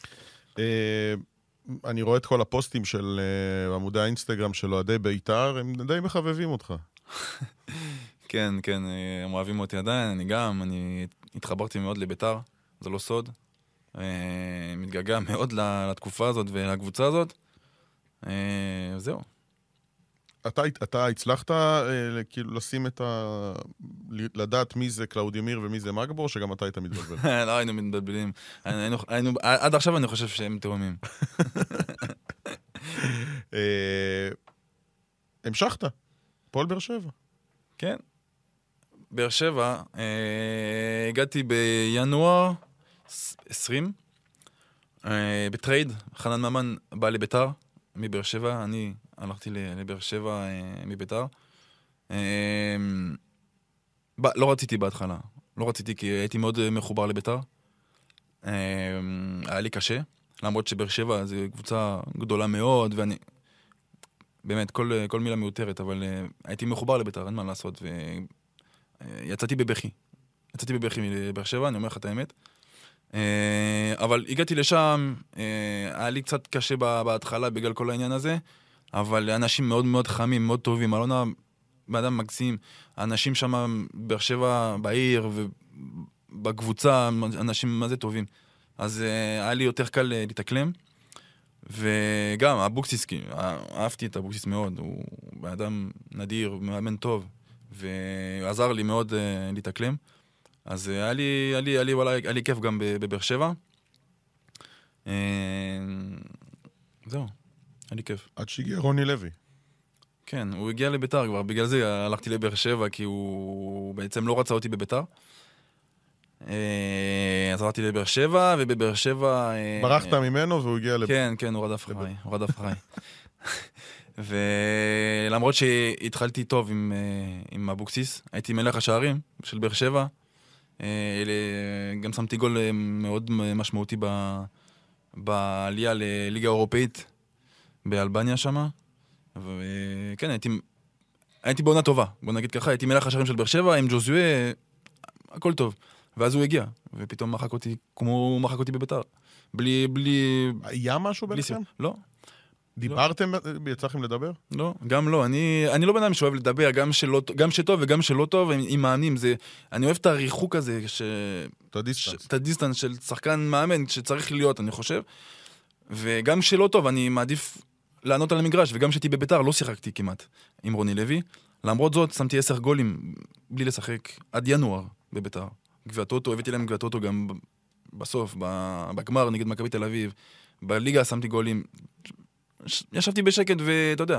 אני רואה את כל הפוסטים של עמודי האינסטגרם של אוהדי בית"ר, הם די מחבבים אותך. כן, כן, הם אוהבים אותי עדיין, אני גם, אני התחברתי מאוד לבית"ר, זה לא סוד. מתגעגע מאוד לתקופה הזאת ולקבוצה הזאת. זהו. אתה, אתה הצלחת כאילו לשים את ה... לדעת מי זה קלאודימיר ומי זה מגבו, שגם אתה היית מתבלבל? לא, היינו מתבלבלים. עד עכשיו אני חושב שהם תאומים. המשכת, פועל באר שבע. כן. באר שבע, הגעתי בינואר עשרים, בטרייד, חנן ממן בא לביתר, מבאר שבע, אני הלכתי לבאר שבע מביתר. לא רציתי בהתחלה, לא רציתי כי הייתי מאוד מחובר לביתר. היה לי קשה, למרות שבאר שבע זו קבוצה גדולה מאוד, ואני, באמת, כל, כל מילה מיותרת, אבל הייתי מחובר לביתר, אין מה לעשות, ויצאתי בבכי. יצאתי בבכי מבאר שבע, אני אומר לך את האמת. אבל הגעתי לשם, היה לי קצת קשה בהתחלה בגלל כל העניין הזה, אבל אנשים מאוד מאוד חמים, מאוד טובים, אלונה באדם מקסים, אנשים שם באר שבע בעיר ובקבוצה, אנשים מה זה טובים. אז היה לי יותר קל להתאקלם, וגם אבוקסיס, אהבתי את אבוקסיס מאוד, הוא באדם נדיר, מאמן טוב, ועזר לי מאוד להתאקלם. אז היה לי, היה לי, היה לי, היה לי כיף גם בבאר שבע. זהו, היה לי כיף. עד שהגיע רוני לוי. כן, הוא הגיע לביתר כבר, בגלל זה הלכתי לבאר שבע, כי הוא בעצם לא רצה אותי בביתר. אז הלכתי לבאר שבע, ובבאר שבע... ברחת ממנו והוא הגיע לביתר. כן, כן, הוא רדף אחריי, הוא רדף אחריי. ולמרות שהתחלתי טוב עם, עם אבוקסיס, הייתי מלך השערים של באר שבע, גם שמתי גול מאוד משמעותי בעלייה לליגה האירופאית באלבניה שמה. וכן, הייתי, הייתי בעונה טובה, בוא נגיד ככה, הייתי מלך השערים של באר שבע, עם ג'וזואה, הכל טוב. ואז הוא הגיע, ופתאום מחק אותי, כמו הוא מחק אותי בביתר. בלי, בלי... היה משהו ביניכם? לא. דיברתם? יצאכם לדבר? לא, גם לא. אני, אני לא בן אדם שאוהב לדבר, גם שלא, גם שטוב וגם שלא טוב, עם, עם מאמנים. זה, אני אוהב את הריחוק הזה, ש... את הדיסטנס. ש... את הדיסטנס של שחקן מאמן, שצריך להיות, אני חושב. וגם שלא טוב, אני מעדיף לענות על המגרש, וגם שתי בביתר לא שיחקתי כמעט עם רוני לוי. למרות זאת, שמתי עשר גולים בלי לשחק עד ינואר בביתר. גביע טוטו, הבאתי להם גביע טוטו גם בסוף, בגמר נגד מכבי תל אביב. בליגה שמתי גולים. ישבתי בשקט ואתה יודע.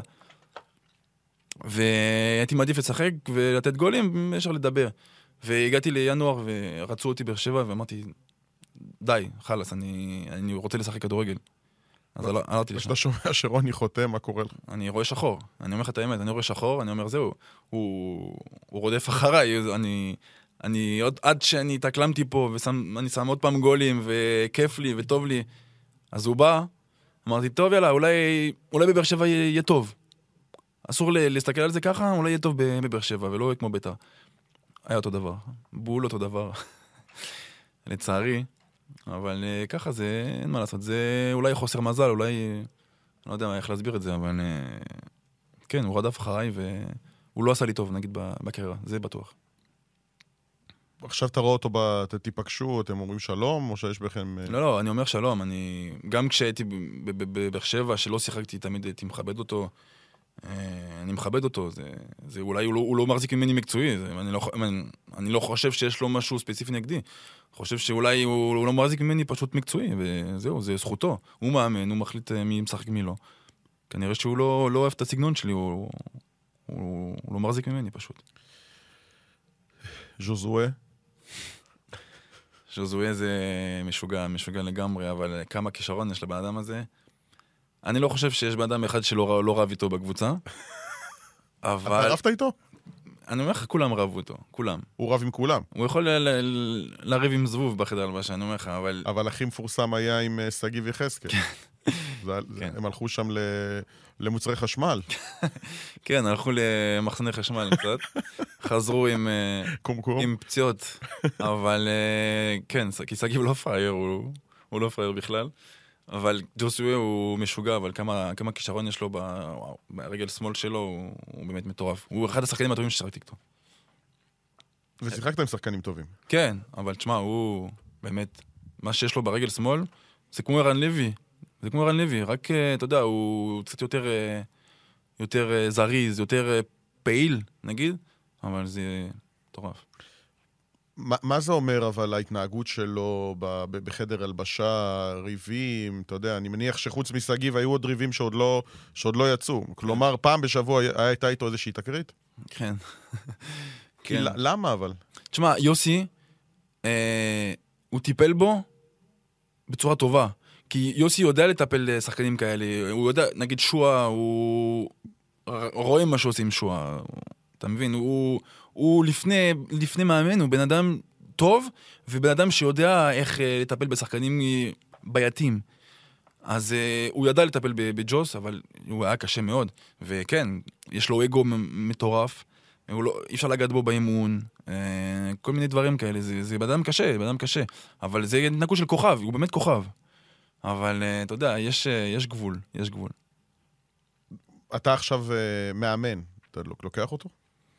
והייתי מעדיף לשחק ולתת גולים, אפשר לדבר. והגעתי לינואר ורצו אותי באר שבע ואמרתי, די, חלס, אני, אני רוצה לשחק כדורגל. אז עלתי לשם. כשאתה שומע שרוני חותם, מה קורא לך? אני רואה שחור. אני אומר לך את האמת, אני רואה שחור, אני אומר, זהו, הוא, הוא רודף אחריי, אני, אני עוד, עד שאני התאקלמתי פה, ואני שם עוד פעם גולים, וכיף לי, וטוב לי. אז הוא בא, אמרתי, טוב, יאללה, אולי, אולי בבאר שבע יהיה, יהיה טוב. אסור להסתכל על זה ככה, אולי יהיה טוב בבאר שבע, ולא כמו ביתר. היה אותו דבר. בול אותו דבר. לצערי. אבל uh, ככה זה, אין מה לעשות. זה אולי חוסר מזל, אולי, לא יודע איך להסביר את זה, אבל uh, כן, הוא רדף אחריי, והוא לא עשה לי טוב, נגיד, בקריירה. זה בטוח. עכשיו אתה רואה אותו, בת... תיפגשו, אתם אומרים שלום, או שיש בכם... לא, לא, אני אומר שלום. אני, גם כשהייתי בבאר שבע, שלא שיחקתי, תמיד הייתי מכבד אותו. אני מכבד אותו. זה, זה אולי הוא לא, הוא לא מחזיק ממני מקצועי. זה, אני, לא, אני, אני לא חושב שיש לו משהו ספציפי נגדי. חושב שאולי הוא, הוא לא מחזיק ממני פשוט מקצועי, וזהו, זה זכותו. הוא מאמן, הוא מחליט מי משחק מי לא. כנראה שהוא לא, לא אוהב את הסגנון שלי, הוא, הוא, הוא לא מחזיק ממני פשוט. ז'וזואה? ז'וזואה זה משוגע, משוגע לגמרי, אבל כמה כישרון יש לבן אדם הזה. אני לא חושב שיש בן אדם אחד שלא לא רב איתו בקבוצה. אבל... אתה רבת איתו? אני אומר לך, כולם רבו איתו, כולם. הוא רב עם כולם. הוא יכול לריב עם זבוב בחדר הלבשה, אני אומר לך, אבל... אבל הכי מפורסם היה עם שגיב יחזקאל. הם הלכו שם למוצרי חשמל. כן, הלכו למחסני חשמל קצת. חזרו עם פציעות. אבל כן, כי שגיב לא פרייר, הוא לא פרייר בכלל. אבל ג'וסואה הוא משוגע, אבל כמה, כמה כישרון יש לו ברגל שמאל שלו, הוא, הוא באמת מטורף. הוא אחד השחקנים הטובים ששחקתי איתו. ושיחקת עם שחקנים טובים. כן, אבל תשמע, הוא באמת, מה שיש לו ברגל שמאל, זה כמו ערן לוי. זה כמו ערן לוי, רק, אתה יודע, הוא קצת יותר, יותר זריז, יותר פעיל, נגיד, אבל זה מטורף. מה, מה זה אומר אבל ההתנהגות שלו בחדר הלבשה, ריבים, אתה יודע, אני מניח שחוץ מסגיב היו עוד ריבים שעוד לא, שעוד לא יצאו. כלומר, פעם בשבוע הייתה איתו איזושהי תקרית? כן. כן. למה אבל? תשמע, יוסי, אה, הוא טיפל בו בצורה טובה. כי יוסי יודע לטפל שחקנים כאלה. הוא יודע, נגיד שואה, הוא רואה מה שעושים שואה. אתה מבין? הוא... הוא לפני, לפני מאמן, הוא בן אדם טוב, ובן אדם שיודע איך לטפל בשחקנים בעייתים. אז uh, הוא ידע לטפל בג'וס, אבל הוא היה קשה מאוד. וכן, יש לו אגו מטורף, לא, אי אפשר לגעת בו באימון, uh, כל מיני דברים כאלה. זה, זה בן אדם קשה, בן אדם קשה. אבל זה התנהגות של כוכב, הוא באמת כוכב. אבל uh, אתה יודע, יש, uh, יש גבול, יש גבול. אתה עכשיו uh, מאמן, אתה לוקח אותו?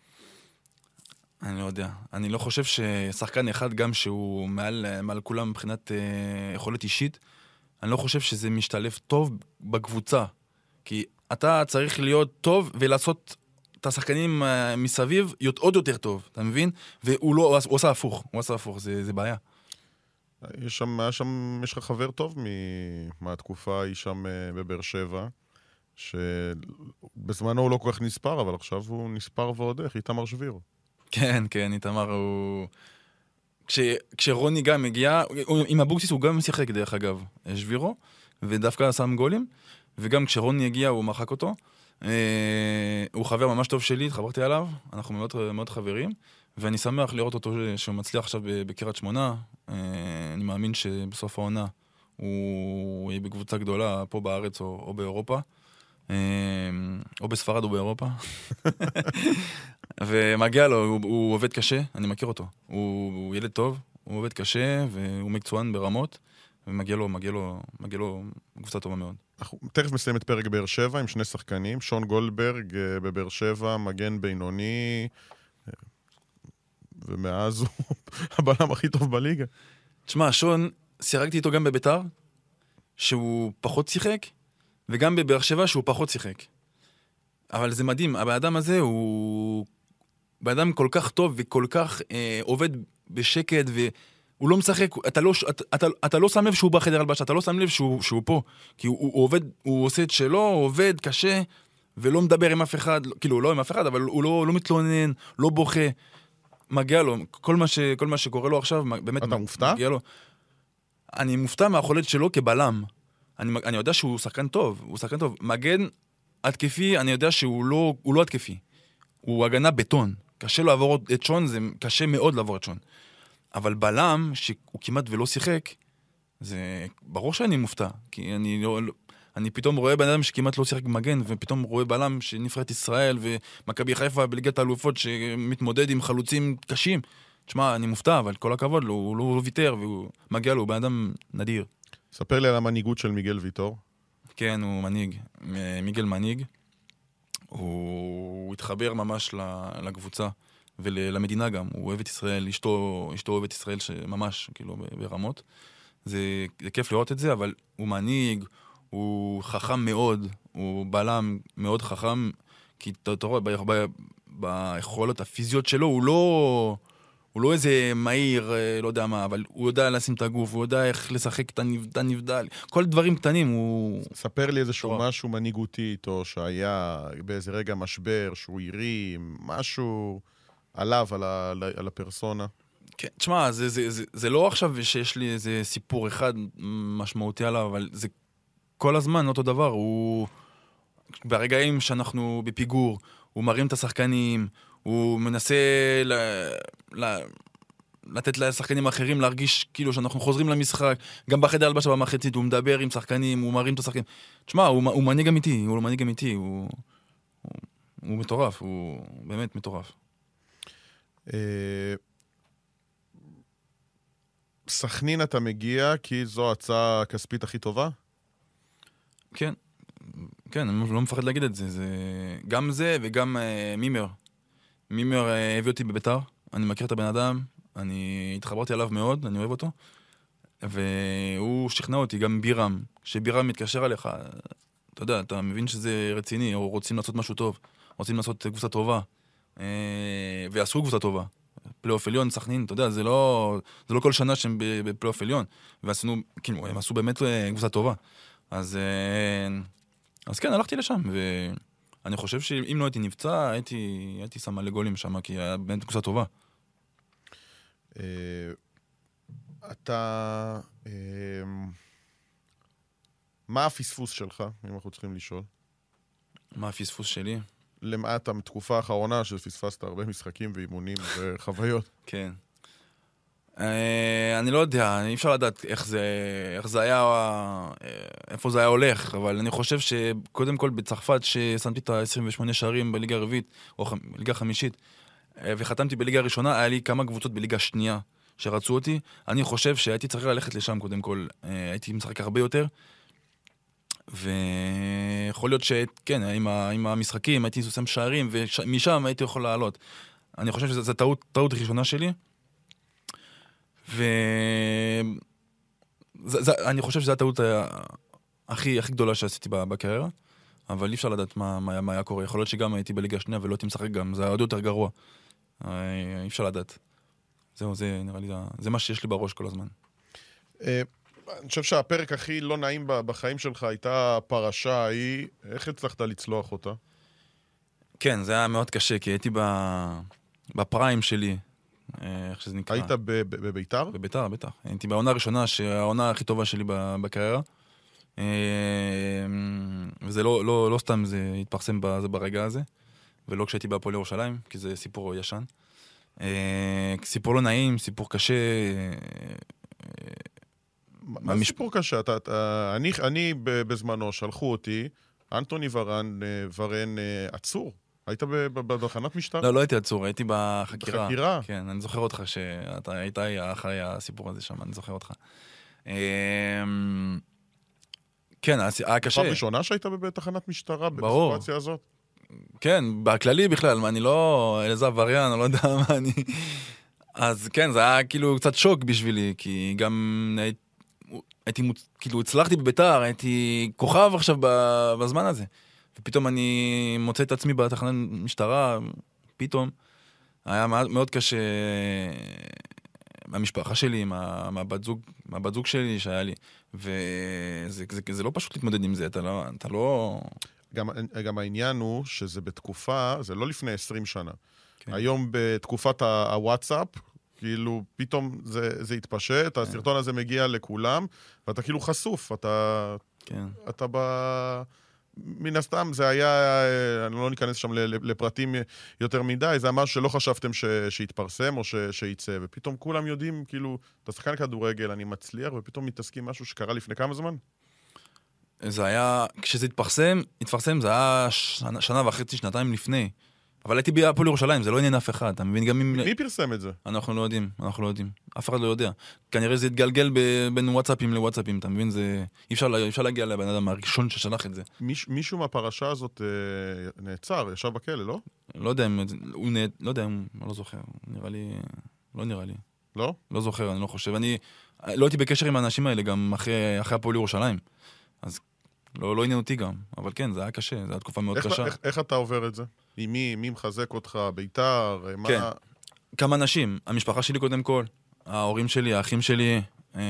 אני לא יודע. אני לא חושב ששחקן אחד, גם שהוא מעל, מעל כולם מבחינת אה, יכולת אישית, אני לא חושב שזה משתלב טוב בקבוצה. כי אתה צריך להיות טוב ולעשות את השחקנים אה, מסביב עוד יותר טוב, אתה מבין? והוא לא, הוא עושה הפוך, הוא עושה הפוך, זה, זה בעיה. יש שם, שם, יש לך חבר טוב מהתקופה היא שם בבאר שבע, שבזמנו הוא לא כל כך נספר, אבל עכשיו הוא נספר ועוד איך, איתמר שבירו. כן, כן, איתמר הוא... כש, כשרוני גם הגיע, עם אבוקסיס הוא גם שיחק דרך אגב, שבירו, ודווקא שם גולים, וגם כשרוני הגיע הוא מחק אותו. אה, הוא חבר ממש טוב שלי, התחברתי עליו, אנחנו מאוד, מאוד חברים, ואני שמח לראות אותו שהוא מצליח עכשיו בקריית שמונה. אני מאמין שבסוף העונה הוא יהיה בקבוצה גדולה פה בארץ או, או באירופה. או בספרד או באירופה. ומגיע לו, הוא, הוא עובד קשה, אני מכיר אותו. הוא, הוא ילד טוב, הוא עובד קשה והוא מקצוען ברמות, ומגיע לו, מגיע לו, מגיע לו קבוצה טובה מאוד. אנחנו תכף מסיים את פרק באר שבע עם שני שחקנים, שון גולדברג בבאר שבע, מגן בינוני, ומאז הוא הבלם הכי טוב בליגה. תשמע, שון, שיחקתי איתו גם בביתר, שהוא פחות שיחק, וגם בבאר שבע שהוא פחות שיחק. אבל זה מדהים, האדם הזה הוא באדם כל כך טוב וכל כך אה, עובד בשקט, והוא לא משחק, אתה לא, אתה, אתה, אתה לא שם לב שהוא בחדר הלבשה, אתה לא שם לב שהוא, שהוא פה, כי הוא, הוא עובד, הוא עושה את שלו, הוא עובד קשה, ולא מדבר עם אף אחד, כאילו לא עם אף אחד, אבל הוא לא, לא מתלונן, לא בוכה, מגיע לו, כל מה, ש, כל מה שקורה לו עכשיו, באמת אתה מופתע? מגיע לו. אני מופתע מהיכולת שלו כבלם. אני, אני יודע שהוא שחקן טוב, הוא שחקן טוב. מגן התקפי, אני יודע שהוא לא, הוא לא התקפי. הוא הגנה בטון. קשה לעבור את שון, זה קשה מאוד לעבור את שון. אבל בלם, שהוא כמעט ולא שיחק, זה ברור שאני מופתע. כי אני, לא, אני פתאום רואה בן אדם שכמעט לא שיחק מגן, ופתאום רואה בלם שנבחרת ישראל, ומכבי חיפה בליגת האלופות שמתמודד עם חלוצים קשים. תשמע, אני מופתע, אבל כל הכבוד לו, הוא לא, הוא לא ויתר, והוא מגיע לו, הוא בן אדם נדיר. ספר לי על המנהיגות של מיגל ויטור. כן, הוא מנהיג. מיגל מנהיג. הוא התחבר ממש לקבוצה ולמדינה גם. הוא אוהב את ישראל, אשתו, אשתו אוהב את ישראל ממש, כאילו, ברמות. זה, זה כיף לראות את זה, אבל הוא מנהיג, הוא חכם מאוד, הוא בלם מאוד חכם, כי אתה רואה, ביכולות הפיזיות שלו, הוא לא... הוא לא איזה מהיר, לא יודע מה, אבל הוא יודע לשים את הגוף, הוא יודע איך לשחק את הנבדל, כל דברים קטנים הוא... ספר לי איזשהו טוב. משהו מנהיגותי איתו, שהיה באיזה רגע משבר, שהוא הרים, משהו עליו, על, ה, על הפרסונה. כן, תשמע, זה, זה, זה, זה לא עכשיו שיש לי איזה סיפור אחד משמעותי עליו, אבל זה כל הזמן אותו דבר, הוא... ברגעים שאנחנו בפיגור, הוא מרים את השחקנים, הוא מנסה ל... ל... לתת לשחקנים האחרים להרגיש כאילו שאנחנו חוזרים למשחק, גם בחדר הלבשה במחצית, הוא מדבר עם שחקנים, הוא מרים את השחקנים. תשמע, הוא, הוא מנהיג אמיתי, הוא מנהיג אמיתי, הוא, הוא, הוא מטורף, הוא באמת מטורף. סכנין אתה מגיע כי זו ההצעה הכספית הכי טובה? כן, כן, אני לא מפחד להגיד את זה, זה גם זה וגם uh, מימר. מימר uh, הביא אותי בביתר, אני מכיר את הבן אדם, אני התחברתי עליו מאוד, אני אוהב אותו, והוא שכנע אותי, גם בירם, שבירם מתקשר עליך, אתה יודע, אתה מבין שזה רציני, או רוצים לעשות משהו טוב, רוצים לעשות קבוצה טובה, uh, ועשו קבוצה טובה. פלייאוף עליון, סכנין, אתה יודע, זה לא, זה לא כל שנה שהם בפלייאוף עליון, ועשינו, כאילו, הם עשו באמת קבוצה טובה. אז, אז כן, הלכתי לשם, ואני חושב שאם לא הייתי נפצע, הייתי, הייתי שם מלא גולים שם, כי היה באמת קבוצה טובה. אתה... מה הפספוס שלך, אם אנחנו צריכים לשאול? מה הפספוס שלי? למעט התקופה האחרונה שפספסת הרבה משחקים ואימונים וחוויות. כן. אני לא יודע, אי אפשר לדעת איך זה, איך זה היה, איפה זה היה הולך, אבל אני חושב שקודם כל בצרפת, ששמתי את ה-עשרים ושמונה שערים בליגה הרביעית, או בליגה החמישית, וחתמתי בליגה הראשונה, היה לי כמה קבוצות בליגה שנייה שרצו אותי. אני חושב שהייתי צריך ללכת לשם קודם כל, הייתי משחק הרבה יותר, ויכול להיות שכן, עם, ה, עם המשחקים הייתי עושה שערים, ומשם הייתי יכול לעלות. אני חושב שזו טעות, טעות ראשונה שלי, ואני חושב שזו הטעות הכי, הכי גדולה שעשיתי בקריירה, אבל אי אפשר לדעת מה, מה, מה היה קורה. יכול להיות שגם הייתי בליגה השנייה ולא הייתי משחק גם, זה היה עוד יותר גרוע. אי אפשר לדעת. זהו, זה נראה לי, זה מה שיש לי בראש כל הזמן. אני חושב שהפרק הכי לא נעים בחיים שלך הייתה הפרשה ההיא. איך הצלחת לצלוח אותה? כן, זה היה מאוד קשה, כי הייתי בפריים שלי, איך שזה נקרא. היית בביתר? בביתר, בטח. הייתי בעונה הראשונה, שהעונה הכי טובה שלי בקריירה. וזה לא, לא, לא סתם זה התפרסם ברגע הזה, ולא כשהייתי בהפועל ירושלים, כי זה סיפור ישן. סיפור לא נעים, סיפור קשה. מה זה סיפור קשה? אתה, אתה, אני, אני בזמנו שלחו אותי, אנטוני ורן, ורן עצור. היית בתחנת משטרה? לא, לא הייתי עצור, הייתי בחקירה. בחקירה? כן, אני זוכר אותך שאתה היית אחרי הסיפור הזה שם, אני זוכר אותך. כן, היה קשה. פעם ראשונה שהיית בתחנת משטרה ברור. בסיטואציה הזאת? כן, בכללי בכלל, אני לא אלעזר וריאן, אני לא יודע מה אני... אז כן, זה היה כאילו קצת שוק בשבילי, כי גם הייתי, כאילו הצלחתי בביתר, הייתי כוכב עכשיו בזמן הזה. ופתאום אני מוצא את עצמי בתחנת משטרה, פתאום. היה מאוד קשה מהמשפחה שלי, מהבת זוג, מהבת זוג שלי שהיה לי. וזה זה, זה לא פשוט להתמודד עם זה, אתה לא... אתה לא... גם, גם העניין הוא שזה בתקופה, זה לא לפני עשרים שנה. כן. היום בתקופת הוואטסאפ, כאילו פתאום זה, זה התפשט, כן. הסרטון הזה מגיע לכולם, ואתה כאילו חשוף, אתה... כן. אתה ב... מן הסתם זה היה, אני לא ניכנס שם לפרטים יותר מדי, זה משהו שלא חשבתם ש, שיתפרסם או ש, שיצא, ופתאום כולם יודעים, כאילו, אתה שחקן כדורגל, אני מצליח, ופתאום מתעסקים משהו שקרה לפני כמה זמן? זה היה, כשזה התפרסם, התפרסם, זה היה שנה, שנה וחצי, שנתיים לפני. אבל הייתי בהפועל ירושלים, זה לא עניין אף אחד, אתה מבין? גם אם... מי פרסם את זה? אנחנו לא יודעים, אנחנו לא יודעים. אף אחד לא יודע. כנראה זה התגלגל ב... בין וואטסאפים לוואטסאפים, אתה מבין? זה... אי אפשר, אי אפשר להגיע לבן אדם הראשון ששלח את זה. מיש, מישהו מהפרשה הזאת אה, נעצר, ישב בכלא, לא? לא יודע, הוא נע... לא יודע, אני לא זוכר. נראה לי... לא נראה לי. לא? לא זוכר, אני לא חושב. אני לא הייתי בקשר עם האנשים האלה גם אחרי, אחרי הפועל ירושלים. אז לא, לא עניין אותי גם. אבל כן, זה היה קשה, זו הייתה תקופה מאוד איך, קשה. איך, איך אתה עובר את זה? עם מי, מי מחזק אותך? ביתר? כן. מה... כמה אנשים. המשפחה שלי קודם כל. ההורים שלי, האחים שלי. אה...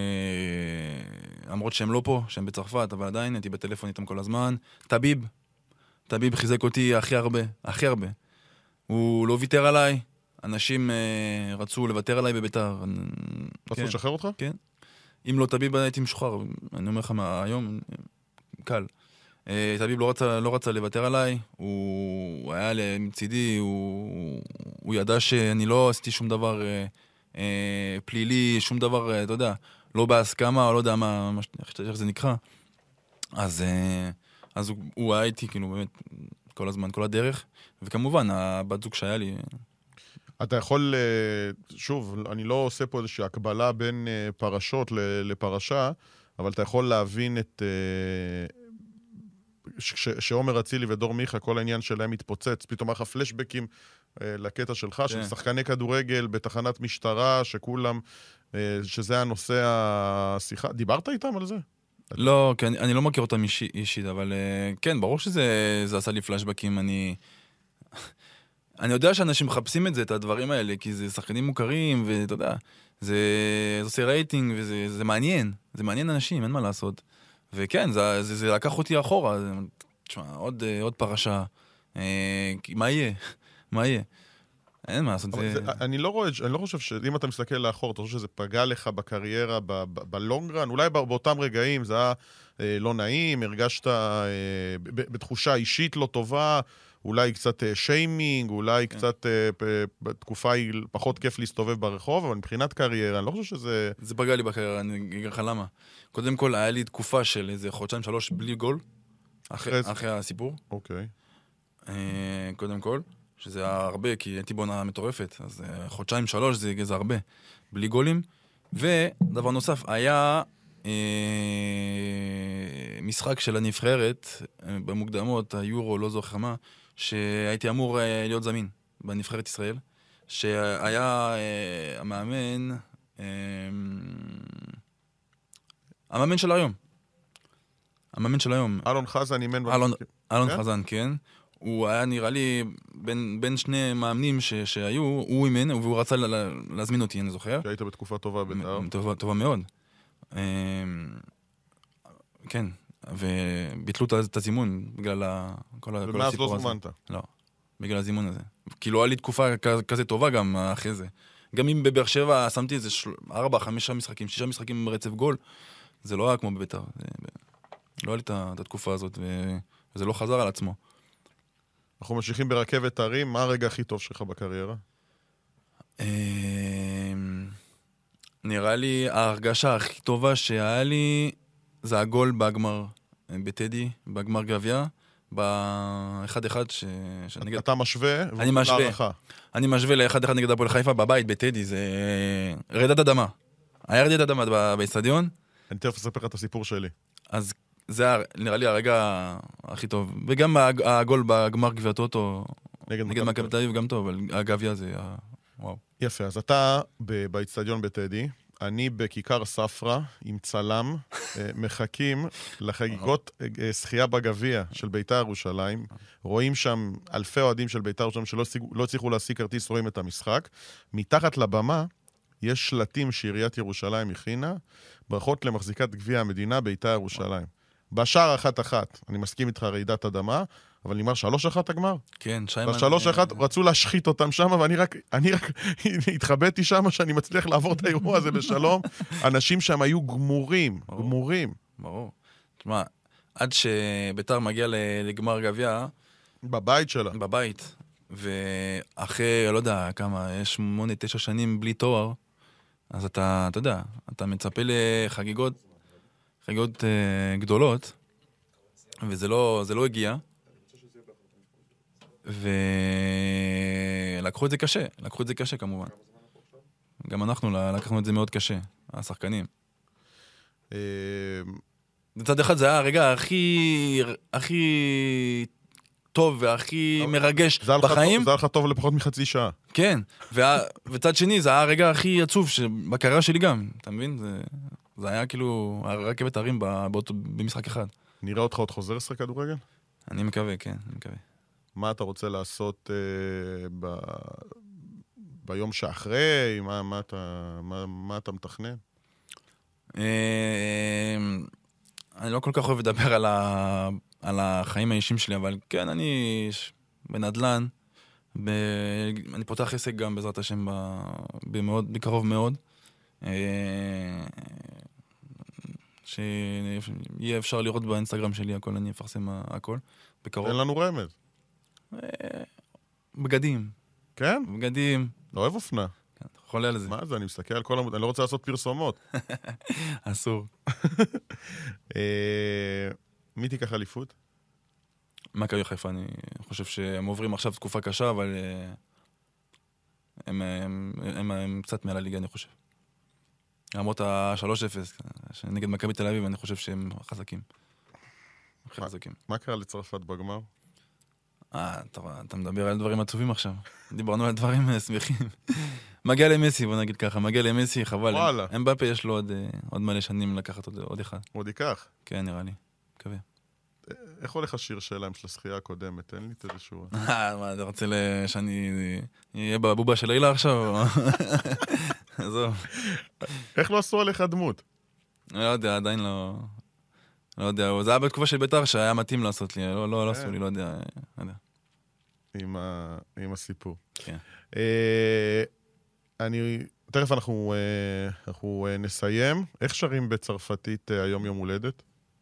למרות שהם לא פה, שהם בצרפת, אבל עדיין הייתי בטלפון איתם כל הזמן. טביב. טביב חיזק אותי הכי הרבה. הכי הרבה. הוא לא ויתר עליי. אנשים אה, רצו לוותר עליי בביתר. רצו כן. לשחרר אותך? כן. אם לא טביב הייתי משוחרר. אני אומר לך מה, היום קל. טביב לא רצה, לא רצה לוותר עליי, הוא היה מצידי, הוא, הוא ידע שאני לא עשיתי שום דבר אה, אה, פלילי, שום דבר, אה, אתה יודע, לא בהסכמה, או לא יודע מה, מה איך זה נקרא. אז, אה, אז הוא, הוא היה איתי, כאילו, באמת, כל הזמן, כל הדרך, וכמובן, הבת זוג שהיה לי... אתה יכול, שוב, אני לא עושה פה איזושהי הקבלה בין פרשות לפרשה, אבל אתה יכול להבין את... שעומר אצילי ודור מיכה, כל העניין שלהם מתפוצץ, פתאום היה פלשבקים לקטע שלך, של שחקני כדורגל בתחנת משטרה, שכולם, שזה הנושא השיחה. דיברת איתם על זה? לא, כי אני, אני לא מכיר אותם אישי, אישית, אבל כן, ברור שזה זה עשה לי פלשבקים, אני... אני יודע שאנשים מחפשים את זה, את הדברים האלה, כי זה שחקנים מוכרים, ואתה יודע, זה, זה עושה רייטינג, וזה זה מעניין, זה מעניין אנשים, אין מה לעשות. וכן, זה, זה, זה לקח אותי אחורה, זה, תשמע, עוד, עוד פרשה, אה, מה יהיה? מה יהיה? אין מה לעשות. זה... זה, אני, לא רואה, אני לא חושב שאם אתה מסתכל לאחור, אתה חושב שזה פגע לך בקריירה, בלונגרן, אולי באותם רגעים זה היה אה, לא נעים, הרגשת אה, בתחושה אישית לא טובה, אולי קצת שיימינג, אולי כן. קצת בתקופה היא פחות כיף להסתובב ברחוב, אבל מבחינת קריירה, אני לא חושב שזה... זה פגע לי בקריירה, אני אגיד לך למה. קודם כל, היה לי תקופה של איזה חודשיים שלוש בלי גול, אחרי, אחרי הסיפור. אוקיי. קודם כל, שזה היה הרבה, כי הייתי בונה מטורפת, אז חודשיים שלוש זה, זה הרבה, בלי גולים. ודבר נוסף, היה משחק של הנבחרת, במוקדמות, היורו, לא זוכר מה, שהייתי אמור להיות זמין בנבחרת ישראל, שהיה המאמן, המאמן של היום. המאמן של היום. אלון חזן אימן. אלון, אלון חזן, כן. הוא היה נראה לי בין, בין שני מאמנים ש, שהיו, הוא אימן, והוא רצה לה, להזמין אותי, אני זוכר. שהיית בתקופה טובה בית"ר. טובה, טובה מאוד. כן. וביטלו את הזימון בגלל כל הסיפור הזה. ומאז לא זומנת? לא, בגלל הזימון הזה. כי לא היה לי תקופה כזה טובה גם אחרי זה. גם אם בבאר שבע שמתי איזה ארבע, חמישה משחקים, שישה משחקים ברצף גול, זה לא היה כמו בבית"ר. לא היה לי את התקופה הזאת, וזה לא חזר על עצמו. אנחנו ממשיכים ברכבת הרים, מה הרגע הכי טוב שלך בקריירה? נראה לי ההרגשה הכי טובה שהיה לי זה הגול בגמר בטדי, בגמר גביע, ב-אחד אחד ש... שנגד... אתה משווה? אני משווה. אני משווה ל-אחד אחד נגד הפועל חיפה בבית בטדי, זה רעידת אדמה. היה רעידת אדמה באצטדיון. אני תכף אספר לך את הסיפור שלי. אז זה נראה לי הרגע הכי טוב. וגם הגול בגמר גביע טוטו נגד מכבי תל אביב גם טוב, אבל הגביע זה... וואו. יפה, אז אתה באצטדיון בטדי, אני בכיכר ספרה עם צלם, מחכים לחגיגות שחייה בגביע של בית"ר ירושלים, רואים שם אלפי אוהדים של בית"ר ירושלים שלא לא הצליחו להשיג כרטיס, רואים את המשחק. מתחת לבמה יש שלטים שעיריית ירושלים הכינה, ברכות למחזיקת גביע המדינה בית"ר ירושלים. בשער אחת אחת, אני מסכים איתך רעידת אדמה, אבל נגמר שלוש אחת הגמר. כן, שיימן... בשלוש אחת רצו להשחית אותם שם, ואני רק, אני רק התחבאתי שם שאני מצליח לעבור את האירוע הזה בשלום. אנשים שם היו גמורים, ברור, גמורים. ברור. תשמע, עד שבית"ר מגיע לגמר גביע... בבית שלה. בבית. ואחרי, לא יודע, כמה, שמונה, תשע שנים בלי תואר, אז אתה, אתה יודע, אתה מצפה לחגיגות, חגיגות uh, גדולות, וזה לא, זה לא הגיע. ולקחו את זה קשה, לקחו את זה קשה כמובן. גם אנחנו לקחנו את זה מאוד קשה, השחקנים. בצד אחד זה היה הרגע הכי, הכי טוב והכי מרגש בחיים. זה היה לך טוב לפחות מחצי שעה. כן, וצד שני זה היה הרגע הכי עצוב בקריירה שלי גם, אתה מבין? זה היה כאילו הרכבת הרים במשחק אחד. נראה אותך עוד חוזר לשחק כדורגל? אני מקווה, כן, אני מקווה. מה אתה רוצה לעשות אה, ב... ביום שאחרי? מה, מה, אתה, מה, מה אתה מתכנן? אה, אני לא כל כך אוהב לדבר על, ה... על החיים האישיים שלי, אבל כן, אני בנדלן, ב... אני פותח עסק גם בעזרת השם ב... במאוד, בקרוב מאוד, אה, שיהיה אפשר לראות באינסטגרם שלי הכל, אני אפרסם הכל, בקרוב. אין לנו רמז. בגדים. כן? בגדים. לא אוהב אופנה. חולה על זה. מה זה? אני מסתכל על כל... אני לא רוצה לעשות פרסומות. אסור. מי תיקח אליפות? מכבי חיפה, אני חושב שהם עוברים עכשיו תקופה קשה, אבל הם קצת מעל הליגה, אני חושב. למרות ה-שלוש אפס, נגד מכבי תל אביב, אני חושב שהם חזקים. חזקים. מה קרה לצרפת בגמר? אה, אתה מדבר על דברים עצובים עכשיו. דיברנו על דברים שמחים. מגיע למסי, בוא נגיד ככה, מגיע למסי, חבל. וואלה. אמבפה יש לו עוד מלא שנים לקחת עוד אחד. עוד ייקח? כן, נראה לי. מקווה. איך הולך השיר שלהם של השחייה הקודמת? תן לי את איזשהו... אה, מה, אתה רוצה שאני אהיה בבובה של לילה עכשיו? עזוב. איך לא עשו עליך דמות? לא יודע, עדיין לא... לא יודע, זה היה בתקופה של בית"ר שהיה מתאים לעשות לי, לא, לא, לא עשו לי, לא יודע, לא יודע. עם, ה, עם הסיפור. כן. אה, אני, תכף אנחנו, אה, אנחנו אה, נסיים. איך שרים בצרפתית אה, היום יום הולדת?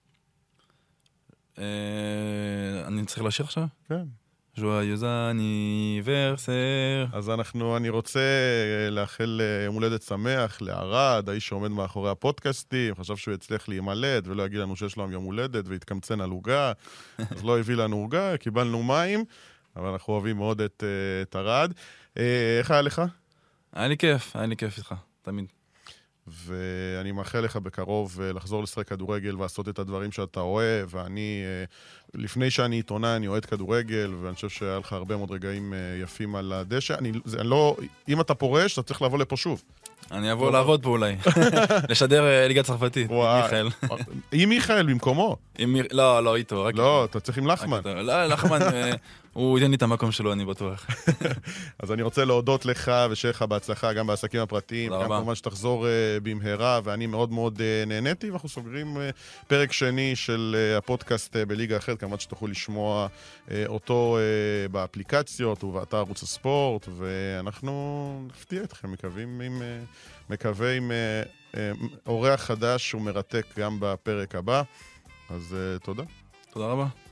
אה, אני צריך לשיר עכשיו? כן. Joyeux anniversaire. אז אנחנו, אני רוצה לאחל יום הולדת שמח לערד, האיש שעומד מאחורי הפודקאסטים, חשב שהוא יצליח להימלד ולא יגיד לנו שיש לו יום הולדת והתקמצן על הוגה, אז לא הביא לנו הוגה, קיבלנו מים, אבל אנחנו אוהבים מאוד את, את ערד. איך היה לך? היה לי כיף, היה לי כיף איתך, תמיד. ואני מאחל לך בקרוב לחזור לשחק כדורגל ולעשות את הדברים שאתה אוהב, ואני, לפני שאני עיתונאי, אני אוהד כדורגל, ואני חושב שהיה לך הרבה מאוד רגעים יפים על הדשא. אני, זה, אני לא, אם אתה פורש, אתה צריך לבוא לפה שוב. אני אבוא לעבוד פה אולי. לשדר ליגה צרפתית, עם מיכאל. עם מיכאל במקומו. לא, לא, איתו. לא, אתה צריך עם לחמן. לא, לחמן, הוא ייתן לי את המקום שלו, אני בטוח. אז אני רוצה להודות לך ושיהיה לך בהצלחה, גם בעסקים הפרטיים, גם כמובן שתחזור במהרה, ואני מאוד מאוד נהניתי, ואנחנו סוגרים פרק שני של הפודקאסט בליגה אחרת, כמובן שתוכלו לשמוע אותו באפליקציות ובאתר ערוץ הספורט, ואנחנו נפתיע אתכם, מקווים עם... מקווה עם אורח חדש ומרתק גם בפרק הבא. אז תודה. תודה רבה.